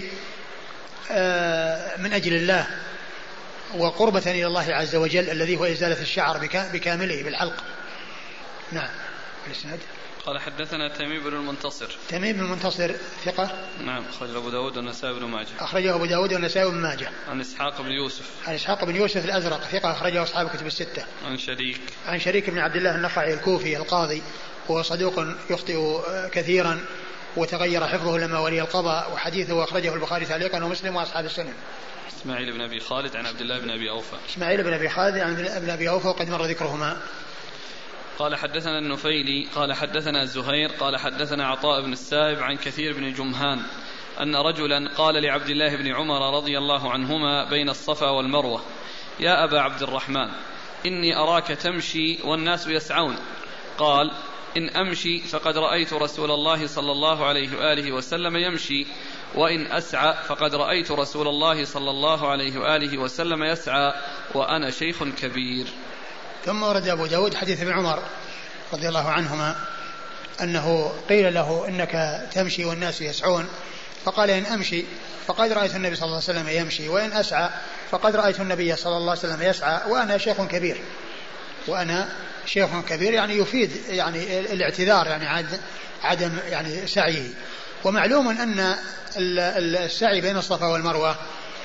من أجل الله وقربة إلى الله عز وجل الذي هو إزالة الشعر بكامله بالحلق. نعم. الإسناد قال حدثنا تميم بن المنتصر. تميم بن المنتصر ثقة. نعم أخرجه أبو داود والنسائي بن ماجه. أخرجه أبو داود والنسائي بن ماجه. عن إسحاق بن يوسف. عن إسحاق بن يوسف الأزرق ثقة أخرجه أصحاب كتب الستة. عن شريك. عن شريك بن عبد الله النخعي الكوفي القاضي وهو صدوق يخطئ كثيرا وتغير حفظه لما ولي القضاء وحديثه أخرجه البخاري تعليقا ومسلم وأصحاب السنن. إسماعيل بن أبي خالد عن عبد الله بن أبي أوفى. إسماعيل بن أبي خالد عن ابن أبي أوفى وقد مر ذكرهما. قال حدثنا النفيلي قال حدثنا زهير قال حدثنا عطاء بن السائب عن كثير بن جمهان أن رجلا قال لعبد الله بن عمر رضي الله عنهما بين الصفا والمروة: يا أبا عبد الرحمن إني أراك تمشي والناس يسعون. قال: إن أمشي فقد رأيت رسول الله صلى الله عليه وآله وسلم يمشي، وإن أسعى فقد رأيت رسول الله صلى الله عليه وآله وسلم يسعى وأنا شيخ كبير. ثم ورد أبو داود حديث ابن عمر رضي الله عنهما أنه قيل له: إنك تمشي والناس يسعون، فقال: إن أمشي فقد رأيت النبي صلى الله عليه وسلم يمشي، وإن أسعى فقد رأيت النبي صلى الله عليه وسلم يسعى وأنا شيخ كبير. وأنا شيخ كبير يعني يفيد يعني الاعتذار، يعني عدم يعني سعيه. ومعلوم أن السعي بين الصفا والمروة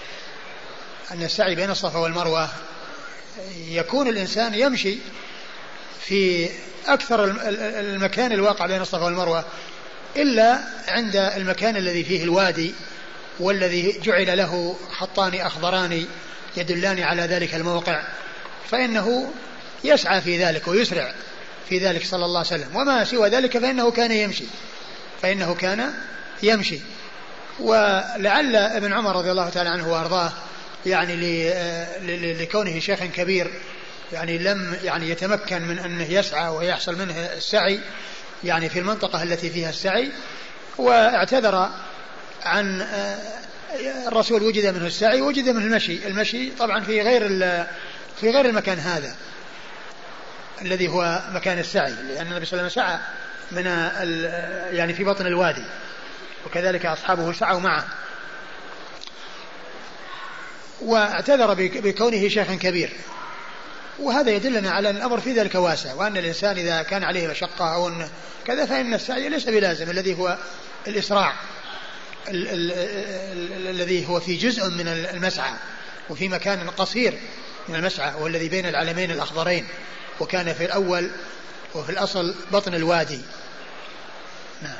أن السعي بين الصفا والمروة يكون الإنسان يمشي في أكثر المكان الواقع بين الصفا والمروة إلا عند المكان الذي فيه الوادي والذي جعل له خطان أخضران يدلان على ذلك الموقع، فإنه يسعى في ذلك ويسرع في ذلك صلى الله عليه وسلم. وما سوى ذلك فإنه كان يمشي فإنه كان يمشي ولعل ابن عمر رضي الله تعالى عنه وأرضاه يعني لكونه شيخ كبير يعني لم يعني يتمكن من أنه يسعى ويحصل منه السعي يعني في المنطقة التي فيها السعي، واعتذر عن الرسول وجد منه السعي وجد منه المشي. المشي طبعا في غير في غير المكان هذا الذي هو مكان السعي، لأن النبي صلى الله عليه وسلم سعى من يعني في بطن الوادي وكذلك أصحابه سعوا معه. واعتذر بكونه شيخا كبير، وهذا يدلنا على أن الأمر في ذلك واسع، وأن الإنسان إذا كان عليه مشقة أو كذا فإن السعي ليس بلازم، الذي هو الإسراع الذي هو في جزء من المسعى وفي مكان قصير من المسعى والذي بين العلمين الأخضرين، وكان في الأول وفي الأصل بطن الوادي. نعم.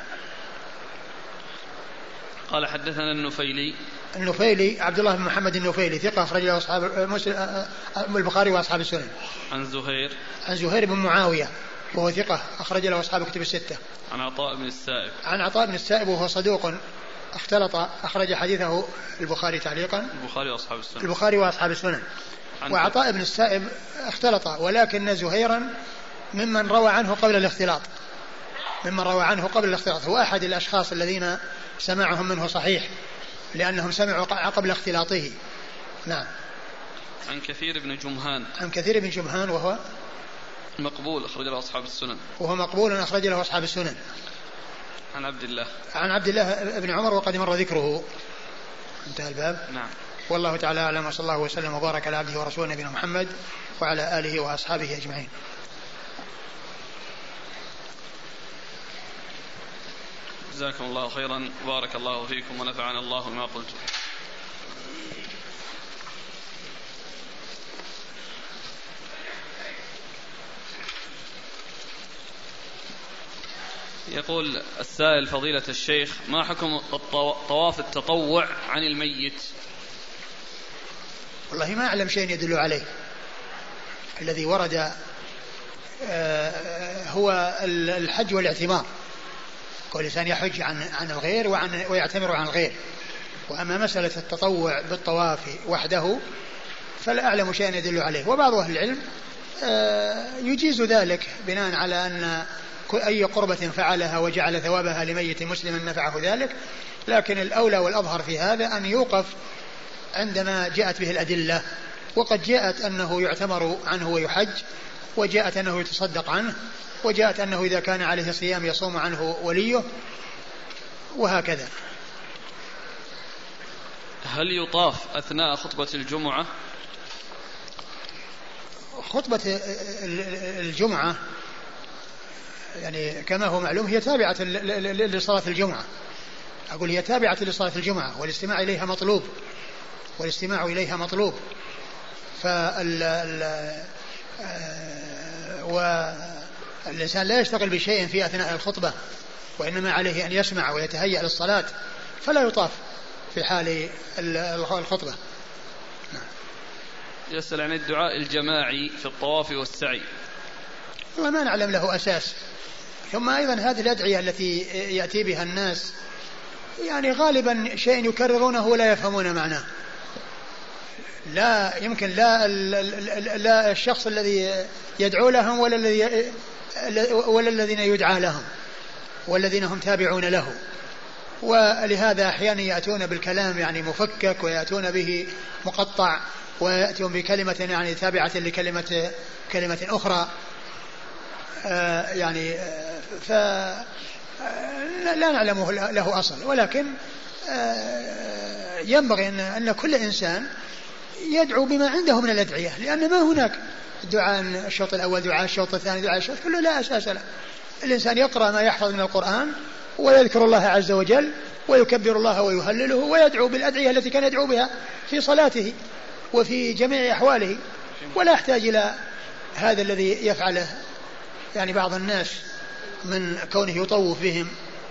قال حدثنا النفيلي. النفيلي عبد الله بن محمد النفيلي ثقة أخرج له أصحاب مسلم البخاري وأصحاب السنن. عن زهير. عن زهير بن معاوية وهو ثقة أخرج له أصحاب كتب الستة. عن عطاء بن السائب. عن عطاء بن السائب وهو صدوق اختلط أخرج حديثه البخاري تعليقا. البخاري وأصحاب السنن. البخاري وأصحاب السنن. وعطاء بن السائب اختلط، ولكن زهيرا ممن روى عنه قبل الاختلاط ممن روى عنه قبل الاختلاط هو أحد الأشخاص الذين سماعهم منه صحيح لأنهم سمعوا قبل اختلاطه. نعم. عن كثير بن جمهان. عن كثير بن جمهان وهو مقبول أخرج له أصحاب السنن. وهو مقبول أخرج له أصحاب السنن. عن عبد الله. عن عبد الله بن عمر وقد مر ذكره. انتهى الباب. نعم. والله تعالى أعلم، وصلى الله وسلم وبارك على عبده ورسوله نبينا محمد وعلى آله وأصحابه أجمعين. جزاكم الله خيرا، بارك الله فيكم ونفعنا الله بما قلت. يقول السائل: فضيلة الشيخ، ما حكم طواف التطوع عن الميت؟ والله ما أعلم شيء يدل عليه. الذي ورد هو الحج والاعتمار، كل إنسان يحج عن عن الغير وعن ويعتمر عن الغير. وأما مسألة التطوع بالطواف وحده فلا أعلم شيئا يدل عليه. وبعض أهل العلم يجيز ذلك بناء على أن أي قربة فعلها وجعل ثوابها لميت مسلم نفعه ذلك، لكن الأولى والأظهر في هذا أن يوقف عندما جاءت به الأدلة. وقد جاءت أنه يعتمر عنه ويحج، وجاءت أنه يتصدق عنه، وجاءت أنه إذا كان عليه صيام يصوم عنه وليه، وهكذا. هل يطاف أثناء خطبة الجمعة؟ خطبة الجمعة يعني كما هو معلوم هي تابعة لصلاة الجمعة، أقول هي تابعة لصلاة الجمعة والاستماع إليها مطلوب والاستماع إليها مطلوب فال والإنسان لا يشتغل بشيء في أثناء الخطبة وإنما عليه أن يسمع ويتهيأ للصلاة، فلا يطاف في حال الخطبة. يسأل عن الدعاء الجماعي في الطواف والسعي. وما نعلم له أساس. ثم أيضا هذه الأدعية التي يأتي بها الناس يعني غالبا شيء يكررونه ولا يفهمون معناه. لا يمكن لا, لا الشخص الذي يدعو لهم ولا, الذي ولا الذين يدعى لهم والذين هم تابعون له. ولهذا أحيانا يأتون بالكلام يعني مفكك ويأتون به مقطع ويأتون بكلمة يعني تابعة لكلمة كلمة أخرى آه يعني آه فلا نعلم له أصل. ولكن آه ينبغي أن, أن كل إنسان يدعو بما عنده من الأدعية، لأن ما هناك دعاء الشوط الأول دعاء الشوط الثاني دعاء الشوط كله لا أساس له. الإنسان يقرأ ما يحفظ من القرآن ويذكر الله عز وجل ويكبر الله ويهلله ويدعو بالأدعية التي كان يدعو بها في صلاته وفي جميع أحواله، ولا يحتاج إلى هذا الذي يفعله يعني بعض الناس من كونه يطوف بهم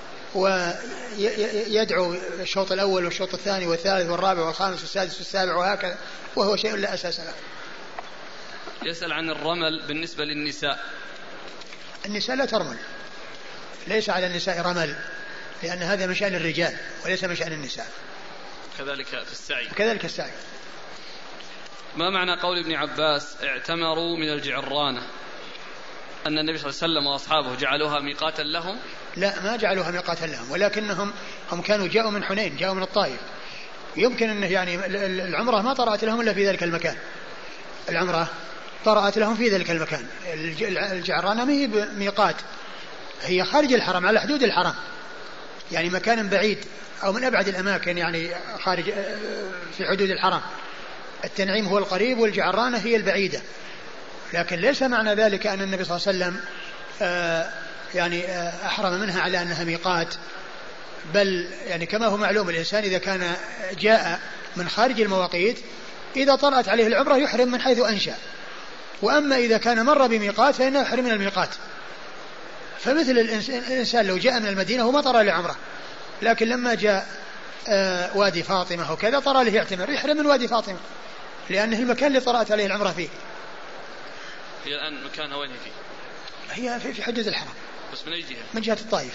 ويدعو الشوط الأول والشوط الثاني والثالث والرابع والخامس والسادس والسابع وهكذا، وهو شيء لا أساس له. يسأل عن الرمل بالنسبة للنساء. النساء لا ترمل، ليس على النساء رمل، لأن هذا من شأن الرجال وليس من شأن النساء. كذلك في السعي. كذلك السعي. ما معنى قول ابن عباس اعتمروا من الجعرانة؟ أن النبي صلى الله عليه وسلم وأصحابه جعلوها ميقاتا لهم؟ لا، ما جعلوها ميقاتا لهم، ولكنهم هم كانوا جاءوا من حنين، جاءوا من الطائف. يمكن أنه يعني العمرة ما طرأت لهم إلا في ذلك المكان. العمرة طرأت لهم في ذلك المكان. الجعرانة ما هي ميقات، هي خارج الحرم على حدود الحرم، يعني مكان بعيد أو من أبعد الأماكن يعني خارج في حدود الحرم. التنعيم هو القريب والجعرانة هي البعيدة، لكن ليس معنى ذلك أن النبي صلى الله عليه وسلم آه يعني آه أحرم منها على أنها ميقات، بل يعني كما هو معلوم الإنسان إذا كان جاء من خارج المواقيت إذا طرأت عليه العمرة يحرم من حيث أنشأ، وأما إذا كان مر بميقات فإنه يحرم من الميقات. فمثل الإنسان لو جاء من المدينة هو ما طرأ لعمرة، لكن لما جاء آه وادي فاطمة وكذا طرأ له يعتمر، يحرم من وادي فاطمة لأنه المكان اللي طرأت عليه العمرة فيه. هي الآن مكانها وين فيه؟ هي في حدود الحرم. بس من أي جهة؟ من جهة الطائف.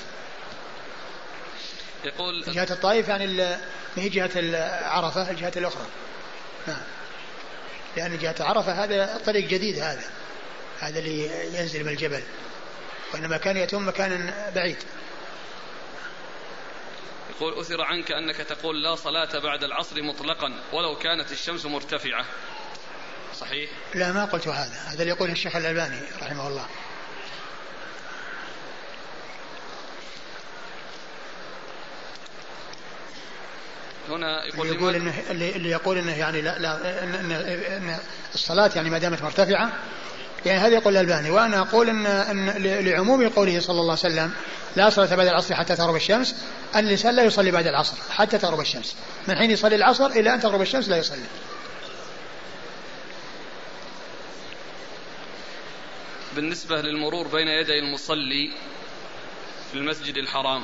يقول من جهة الطائف يعني من هي جهة عرفة الجهة الأخرى. نعم. لأن جهة عرفة هذا طريق جديد، هذا هذا اللي ينزل من الجبل، وإنما كان يتم مكان بعيد. يقول أثر عنك أنك تقول لا صلاة بعد العصر مطلقا ولو كانت الشمس مرتفعة، صحيح؟ لا، ما قلت هذا، هذا اللي يقوله الشيخ الألباني رحمه الله. هنا يقول, اللي يقول إنه اللي يقول إنه يعني لا لا إن, إن, إن الصلاة يعني ما دامت مرتفعة، يعني هذا يقول الألباني. وأنا أقول إن, إن لعموم قوله صلى الله عليه وسلم لا صلاة بعد العصر حتى تغرب الشمس، أن الإنسان لا يصلي بعد العصر حتى تغرب الشمس، من حين يصلي العصر إلى أن تغرب الشمس لا يصلي. بالنسبة للمرور بين يدي المصلي في المسجد الحرام،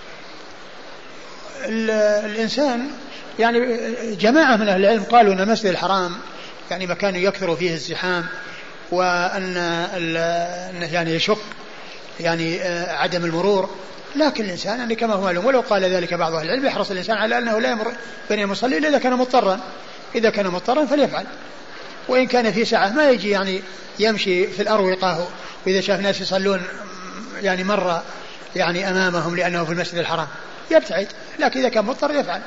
الإنسان يعني جماعة من أهل العلم قالوا أن المسجد الحرام يعني مكان يكثر فيه الزحام، وأن يعني يشق يعني عدم المرور، لكن الإنسان يعني كما هو معلوم ولو قال ذلك بعض أهل العلم يحرص الإنسان على أنه لا يمر بين المصلي إلا إذا كان مضطرا، إذا كان مضطرا فليفعل، وإن كان في ساعة ما يجي يعني يمشي في الأروقة، وإذا شاف ناس يصلون يعني مرة يعني أمامهم لأنه في المسجد الحرام يبتعد، لكن إذا كان مضطر يفعل.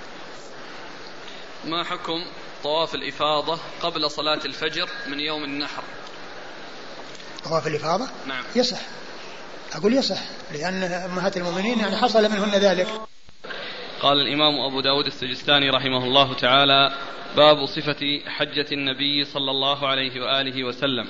ما حكم طواف الإفاضة قبل صلاة الفجر من يوم النحر؟ طواف الإفاضة؟ نعم. يصح أقول يصح، لأن أمهات المؤمنين يعني حصل منهن ذلك. قال الإمام أبو داود السجستاني رحمه الله تعالى: باب صفة حجة النبي صلى الله عليه وآله وسلم.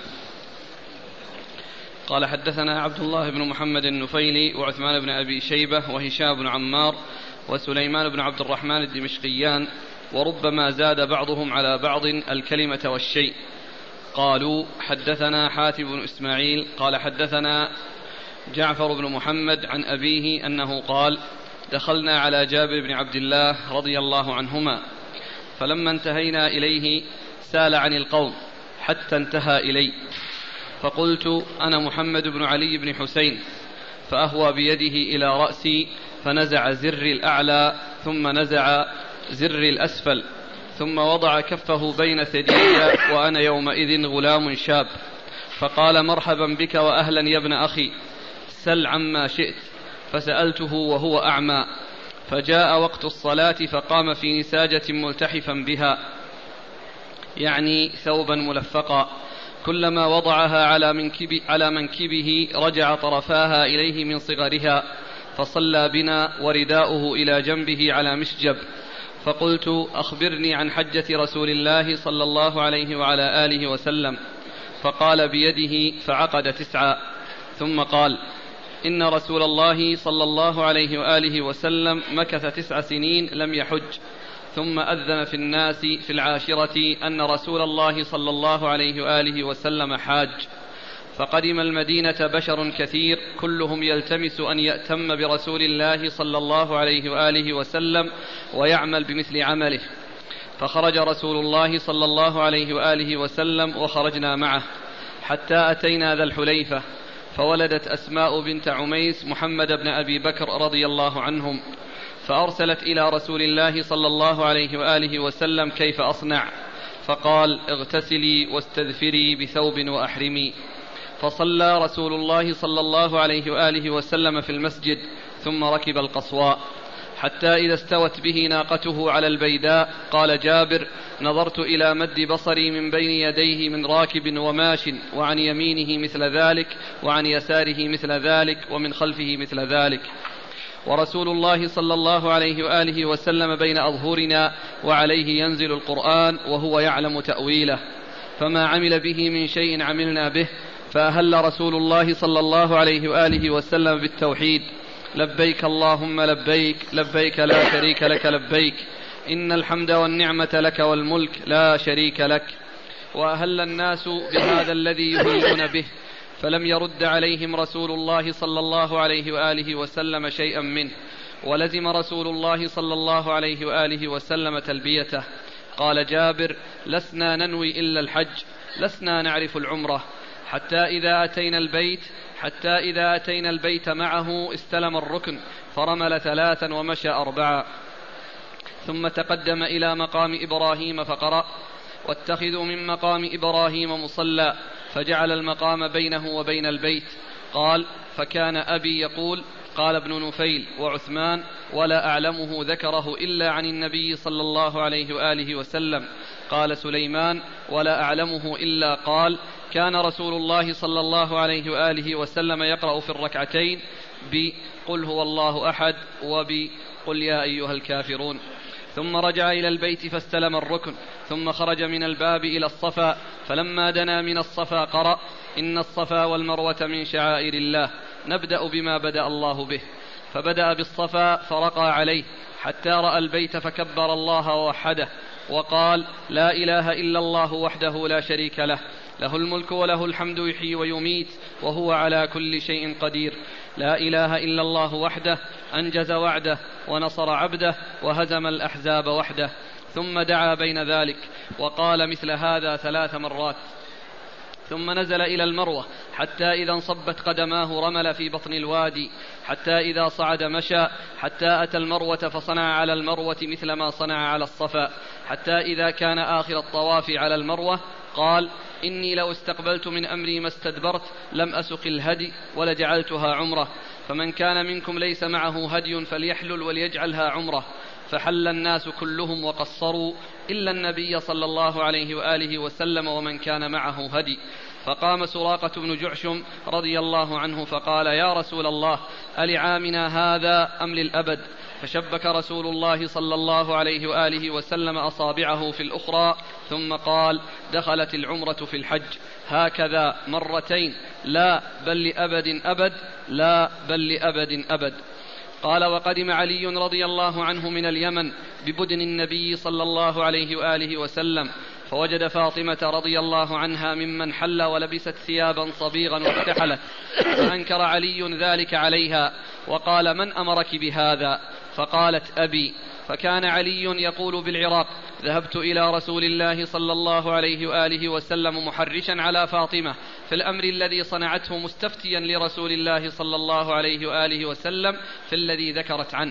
قال حدثنا عبد الله بن محمد النفيلي وعثمان بن أبي شيبة وهشام بن عمار وسليمان بن عبد الرحمن الدمشقيان، وربما زاد بعضهم على بعض الكلمة والشيء. قالوا حدثنا حاتم بن إسماعيل قال حدثنا جعفر بن محمد عن أبيه أنه قال: دخلنا على جابر بن عبد الله رضي الله عنهما، فلما انتهينا إليه سال عن القوم حتى انتهى إلي، فقلت: أنا محمد بن علي بن حسين، فأهوى بيده إلى رأسي فنزع زري الأعلى ثم نزع زري الأسفل، ثم وضع كفه بين ثديي وأنا يومئذ غلام شاب، فقال: مرحبا بك وأهلا يا ابن أخي، سل عما شئت. فسألته وهو أعمى، فجاء وقت الصلاة فقام في نساجة ملتحفا بها، يعني ثوبا ملفقا، كلما وضعها على منكب على منكبه رجع طرفاها إليه من صغرها، فصلى بنا ورداؤه إلى جنبه على مشجب. فقلت: أخبرني عن حجة رسول الله صلى الله عليه وعلى آله وسلم. فقال بيده فعقد تسعة، ثم قال: إن رسول الله صلى الله عليه وآله وسلم مكث تسع سنين لم يحج، ثم أذن في الناس في العاشرة أن رسول الله صلى الله عليه وآله وسلم حاج، فقدم المدينة بشر كثير كلهم يلتمس أن يأتم برسول الله صلى الله عليه وآله وسلم ويعمل بمثل عمله، فخرج رسول الله صلى الله عليه وآله وسلم وخرجنا معه حتى أتينا ذا الحليفة، فولدت أسماء بنت عميس محمد بن أبي بكر رضي الله عنهم، فأرسلت إلى رسول الله صلى الله عليه وآله وسلم كيف أصنع، فقال: اغتسلي واستذفري بثوب وأحرمي. فصلى رسول الله صلى الله عليه وآله وسلم في المسجد، ثم ركب القصواء حتى إذا استوت به ناقته على البيداء. قال جابر: نظرت إلى مد بصري من بين يديه من راكب وماش، وعن يمينه مثل ذلك، وعن يساره مثل ذلك، ومن خلفه مثل ذلك، ورسول الله صلى الله عليه وآله وسلم بين أظهرنا، وعليه ينزل القرآن وهو يعلم تأويله، فما عمل به من شيء عملنا به. فأهل رسول الله صلى الله عليه وآله وسلم بالتوحيد: لبيك اللهم لبيك، لبيك لا شريك لك لبيك، إن الحمد والنعمة لك والملك لا شريك لك. وأهل الناس بهذا الذي يهلون به، فلم يرد عليهم رسول الله صلى الله عليه وآله وسلم شيئا منه، ولزم رسول الله صلى الله عليه وآله وسلم تلبيته. قال جابر: لسنا ننوي إلا الحج، لسنا نعرف العمرة، حتى إذا أتينا البيت حتى إذا أتينا البيت معه استلم الركن فرمل ثلاثا ومشى أربعا، ثم تقدم إلى مقام إبراهيم فقرأ: واتخذوا من مقام إبراهيم مصلى، فجعل المقام بينه وبين البيت. قال: فكان أبي يقول، قال ابن نفيل وعثمان: ولا أعلمه ذكره إلا عن النبي صلى الله عليه وآله وسلم. قال سليمان: ولا أعلمه إلا قال: كان رسول الله صلى الله عليه وآله وسلم يقرأ في الركعتين بقل هو الله أحد وبقل يا أيها الكافرون. ثم رجع إلى البيت فاستلم الركن، ثم خرج من الباب إلى الصفا، فلما دنا من الصفا قرأ: إن الصفا والمروة من شعائر الله، نبدأ بما بدأ الله به. فبدأ بالصفا فرقى عليه حتى رأى البيت فكبر الله ووحده، وقال: لا إله إلا الله وحده لا شريك له، له الملك وله الحمد يحيي ويميت وهو على كل شيء قدير، لا إله إلا الله وحده أنجز وعده ونصر عبده وهزم الأحزاب وحده. ثم دعا بين ذلك وقال مثل هذا ثلاث مرات، ثم نزل إلى المروة حتى إذا انصبت قدماه رمل في بطن الوادي، حتى إذا صعد مشى، حتى أتى المروة فصنع على المروة مثل ما صنع على الصفا، حتى إذا كان آخر الطواف على المروة قال: إني لو استقبلت من أمري ما استدبرت لم أسق الهدي ولجعلتها عمرة، فمن كان منكم ليس معه هدي فليحلل وليجعلها عمرة. فحل الناس كلهم وقصروا إلا النبي صلى الله عليه وآله وسلم ومن كان معه هدي، فقام سراقة بن جعشم رضي الله عنه فقال: يا رسول الله، ألعامنا هذا أم للأبد؟ فشبك رسول الله صلى الله عليه وآله وسلم أصابعه في الأخرى ثم قال: دخلت العمرة في الحج هكذا مرتين، لا بل لأبد أبد، لا بل لأبد أبد. قال: وقدم علي رضي الله عنه من اليمن ببدن النبي صلى الله عليه وآله وسلم، فوجد فاطمة رضي الله عنها ممن حل ولبست ثيابا صبيغا واكتحلت، فأنكر علي ذلك عليها وقال: من أمرك بهذا؟ فقالت: أبي. فكان علي يقول بالعراق: ذهبت إلى رسول الله صلى الله عليه وآله وسلم محرشا على فاطمة في الأمر الذي صنعته، مستفتيا لرسول الله صلى الله عليه وآله وسلم في الذي ذكرت عنه،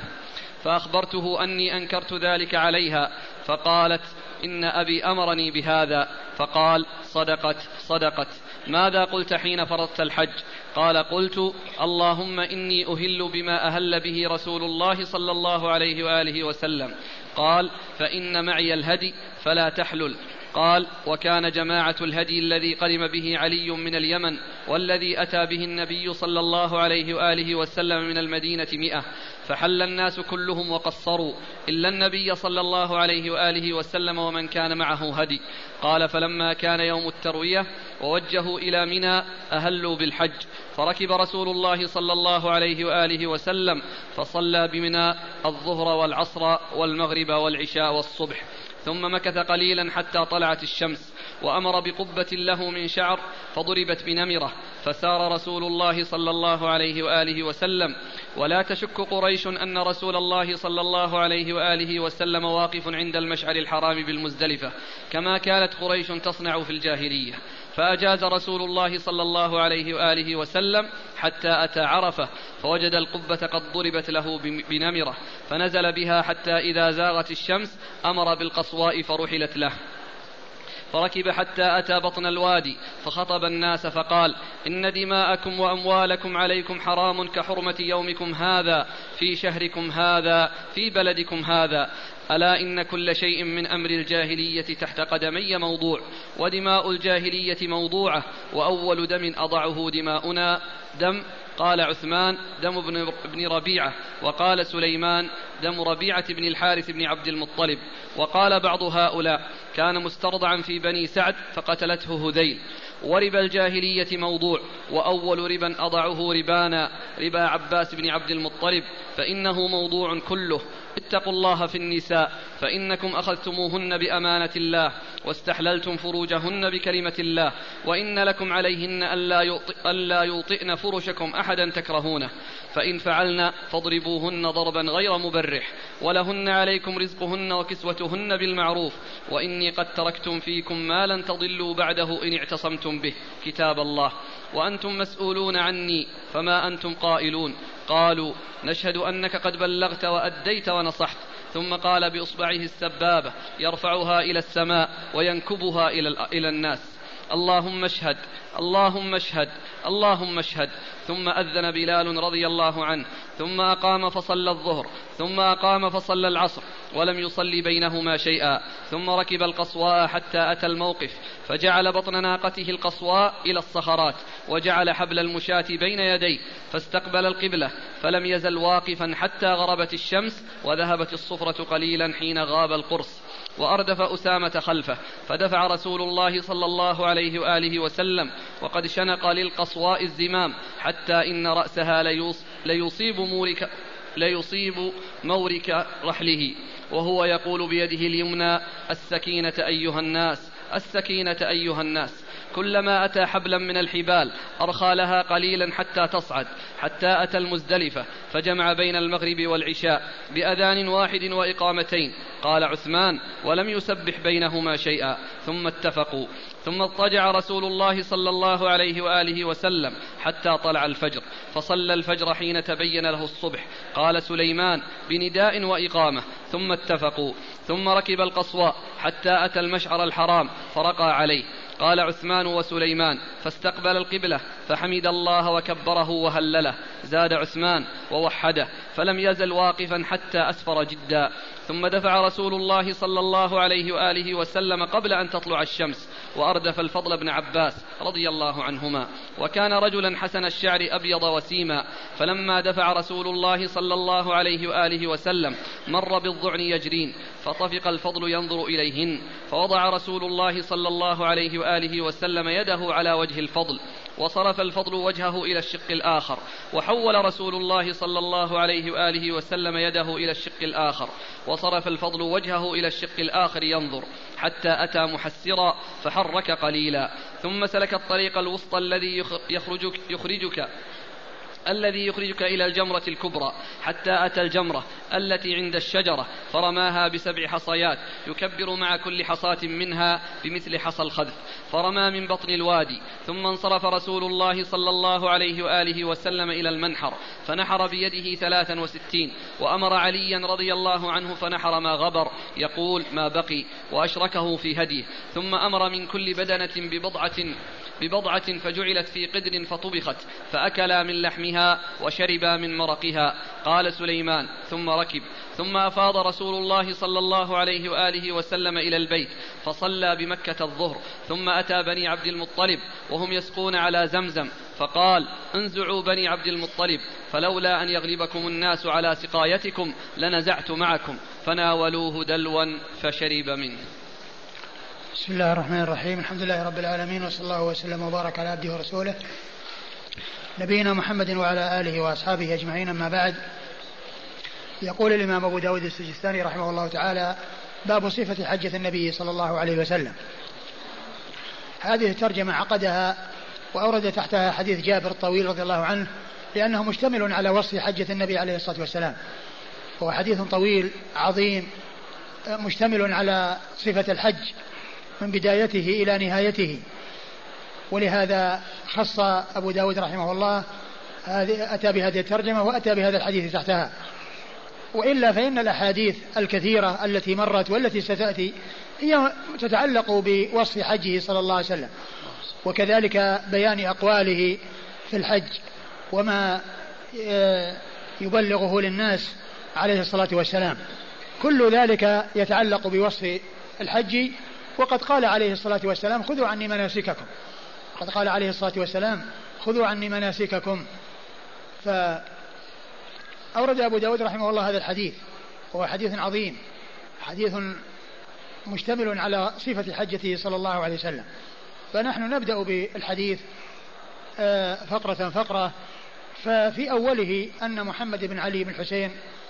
فأخبرته أني أنكرت ذلك عليها، فقالت: إن أبي أمرني بهذا. فقال: صدقت صدقت. ماذا قلت حين فرضت الحج؟ قال: قلت: اللهم إني أهل بما أهل به رسول الله صلى الله عليه وآله وسلم. قال: فإن معي الهدي فلا تحلل. قال: وكان جماعة الهدي الذي قدم به علي من اليمن والذي أتى به النبي صلى الله عليه وآله وسلم من المدينة مئة، فحل الناس كلهم وقصروا إلا النبي صلى الله عليه وآله وسلم ومن كان معه هدي. قال: فلما كان يوم التروية ووجهوا إلى منى أهلوا بالحج، فركب رسول الله صلى الله عليه وآله وسلم فصلى بمنى الظهر والعصر والمغرب والعشاء والصبح، ثم مكث قليلا حتى طلعت الشمس، وأمر بقبة له من شعر فضربت بنمرة، فسار رسول الله صلى الله عليه وآله وسلم. ولا تشك قريش أن رسول الله صلى الله عليه وآله وسلم واقف عند المشعر الحرام بالمزدلفة كما كانت قريش تصنع في الجاهلية، فأجاز رسول الله صلى الله عليه وآله وسلم حتى أتى عرفة، فوجد القبة قد ضربت له بنمرة، فنزل بها حتى إذا زاغت الشمس أمر بالقصواء فرحلت له، فركب حتى أتى بطن الوادي فخطب الناس فقال: إن دماءكم وأموالكم عليكم حرام كحرمة يومكم هذا في شهركم هذا في بلدكم هذا، ألا إن كل شيء من أمر الجاهلية تحت قدمي موضوع، ودماء الجاهلية موضوعة، وأول دم أضعه دماؤنا دم. قال عثمان: دم ابن ربيعة. وقال سليمان: دم ربيعة بن الحارث بن عبد المطلب. وقال بعض هؤلاء: كان مسترضعا في بني سعد فقتلته هذيل. وربا الجاهلية موضوع، وأول ربا أضعه ربانا ربا عباس بن عبد المطلب، فإنه موضوع كله. اتقوا الله في النساء، فإنكم أخذتموهن بأمانة الله واستحللتم فروجهن بكلمة الله، وإن لكم عليهن ألا يوطئن فرشكم أحدا تكرهونه، فإن فعلن فاضربوهن ضربا غير مبرح، ولهن عليكم رزقهن وكسوتهن بالمعروف، وإني قد تركتم فيكم ما لن تضلوا بعده إن اعتصمتم به، كتاب الله، وأنتم مسؤولون عني، فما أنتم قائلون؟ قالوا: نشهد أنك قد بلغت وأديت ونصحت. ثم قال بإصبعه السبابة يرفعها إلى السماء وينكبها إلى الناس: اللهم اشهد اللهم اشهد اللهم اشهد. ثم أذن بلال رضي الله عنه، ثم أقام فصلى الظهر، ثم أقام فصلى العصر، ولم يصلي بينهما شيئا، ثم ركب القصواء حتى أتى الموقف، فجعل بطن ناقته القصواء إلى الصخرات، وجعل حبل المشاة بين يديه، فاستقبل القبلة، فلم يزل واقفا حتى غربت الشمس وذهبت الصفرة قليلا حين غاب القرص، وأردف أسامة خلفه، فدفع رسول الله صلى الله عليه وآله وسلم وقد شنق للقصواء الزمام حتى إن رأسها ليصيب مورك, ليصيب مورك رحله، وهو يقول بيده اليمنى: السكينة أيها الناس السكينة أيها الناس. كلما أتى حبلا من الحبال أرخى لها قليلا حتى تصعد، حتى أتى المزدلفة فجمع بين المغرب والعشاء بأذان واحد وإقامتين. قال عثمان: ولم يسبح بينهما شيئا، ثم اتفقوا. ثم اضطجع رسول الله صلى الله عليه وآله وسلم حتى طلع الفجر، فصلى الفجر حين تبين له الصبح. قال سليمان: بنداء وإقامة. ثم اتفقوا. ثم ركب القصواء حتى أتى المشعر الحرام فرقى عليه. قال عثمان وسليمان: فاستقبل القبلة فحمد الله وكبره وهلله. زاد عثمان: ووحده. فلم يزل واقفا حتى أسفر جدا، ثم دفع رسول الله صلى الله عليه وآله وسلم قبل أن تطلع الشمس، وأردف الفضل بن عباس رضي الله عنهما، وكان رجلا حسن الشعر أبيض وسيما، فلما دفع رسول الله صلى الله عليه وآله وسلم مر بالضعن يجرين، فطفق الفضل ينظر إليهن، فوضع رسول الله صلى الله عليه وآله وسلم يده على وجه الفضل، وصرف الفضل وجهه إلى الشق الآخر، وحول رسول الله صلى الله عليه وآله وسلم يده إلى الشق الآخر، وصرف الفضل وجهه إلى الشق الآخر ينظر، حتى أتى محسرا فحرك قليلا، ثم سلك الطريق الوسطى الذي يخرجك, يخرجك الذي يخرجك إلى الجمرة الكبرى، حتى أتى الجمرة التي عند الشجرة فرماها بسبع حصيات يكبر مع كل حصاة منها بمثل حصى الخذف، فرمى من بطن الوادي، ثم انصرف رسول الله صلى الله عليه وآله وسلم إلى المنحر فنحر بيده ثلاثا وستين، وأمر عليا رضي الله عنه فنحر ما غبر يقول ما بقي، وأشركه في هديه، ثم أمر من كل بدنة ببضعة ببضعة فجعلت في قدر فطبخت، فأكلا من لحمها وشربا من مرقها. قال سليمان ثم ركب، ثم أفاض رسول الله صلى الله عليه وآله وسلم إلى البيت فصلى بمكة الظهر، ثم أتى بني عبد المطلب وهم يسقون على زمزم، فقال انزعوا بني عبد المطلب، فلولا أن يغلبكم الناس على سقايتكم لنزعت معكم، فناولوه دلوا فشرب منه. بسم الله الرحمن الرحيم، الحمد لله رب العالمين، وصلى الله وسلم وبارك على عبده ورسوله نبينا محمد وعلى آله وأصحابه أجمعين، أما بعد. يقول الإمام أبو داود السجستاني رحمه الله تعالى: باب صفة حجة النبي صلى الله عليه وسلم. هذه الترجمة عقدها وأورد تحتها حديث جابر الطويل رضي الله عنه، لأنه مشتمل على وصف حجة النبي عليه الصلاة والسلام، هو حديث طويل عظيم مشتمل على صفة الحج من بدايته إلى نهايته، ولهذا خص أبو داود رحمه الله أتى بهذه الترجمة وأتى بهذا الحديث تحتها، وإلا فإن الأحاديث الكثيرة التي مرت والتي ستأتي هي تتعلق بوصف حجه صلى الله عليه وسلم، وكذلك بيان أقواله في الحج وما يبلغه للناس عليه الصلاة والسلام، كل ذلك يتعلق بوصف الحج. وقد قال عليه الصلاة والسلام: خذوا عني مناسككم. قد قال عليه الصلاة والسلام: خذوا عني مناسككم. فأورد أبو داود رحمه الله هذا الحديث، وهو حديث عظيم، حديث مشتمل على صفة حجته صلى الله عليه وسلم. فنحن نبدأ بالحديث فقرة فقرة. ففي أوله أن محمد بن علي بن الحسين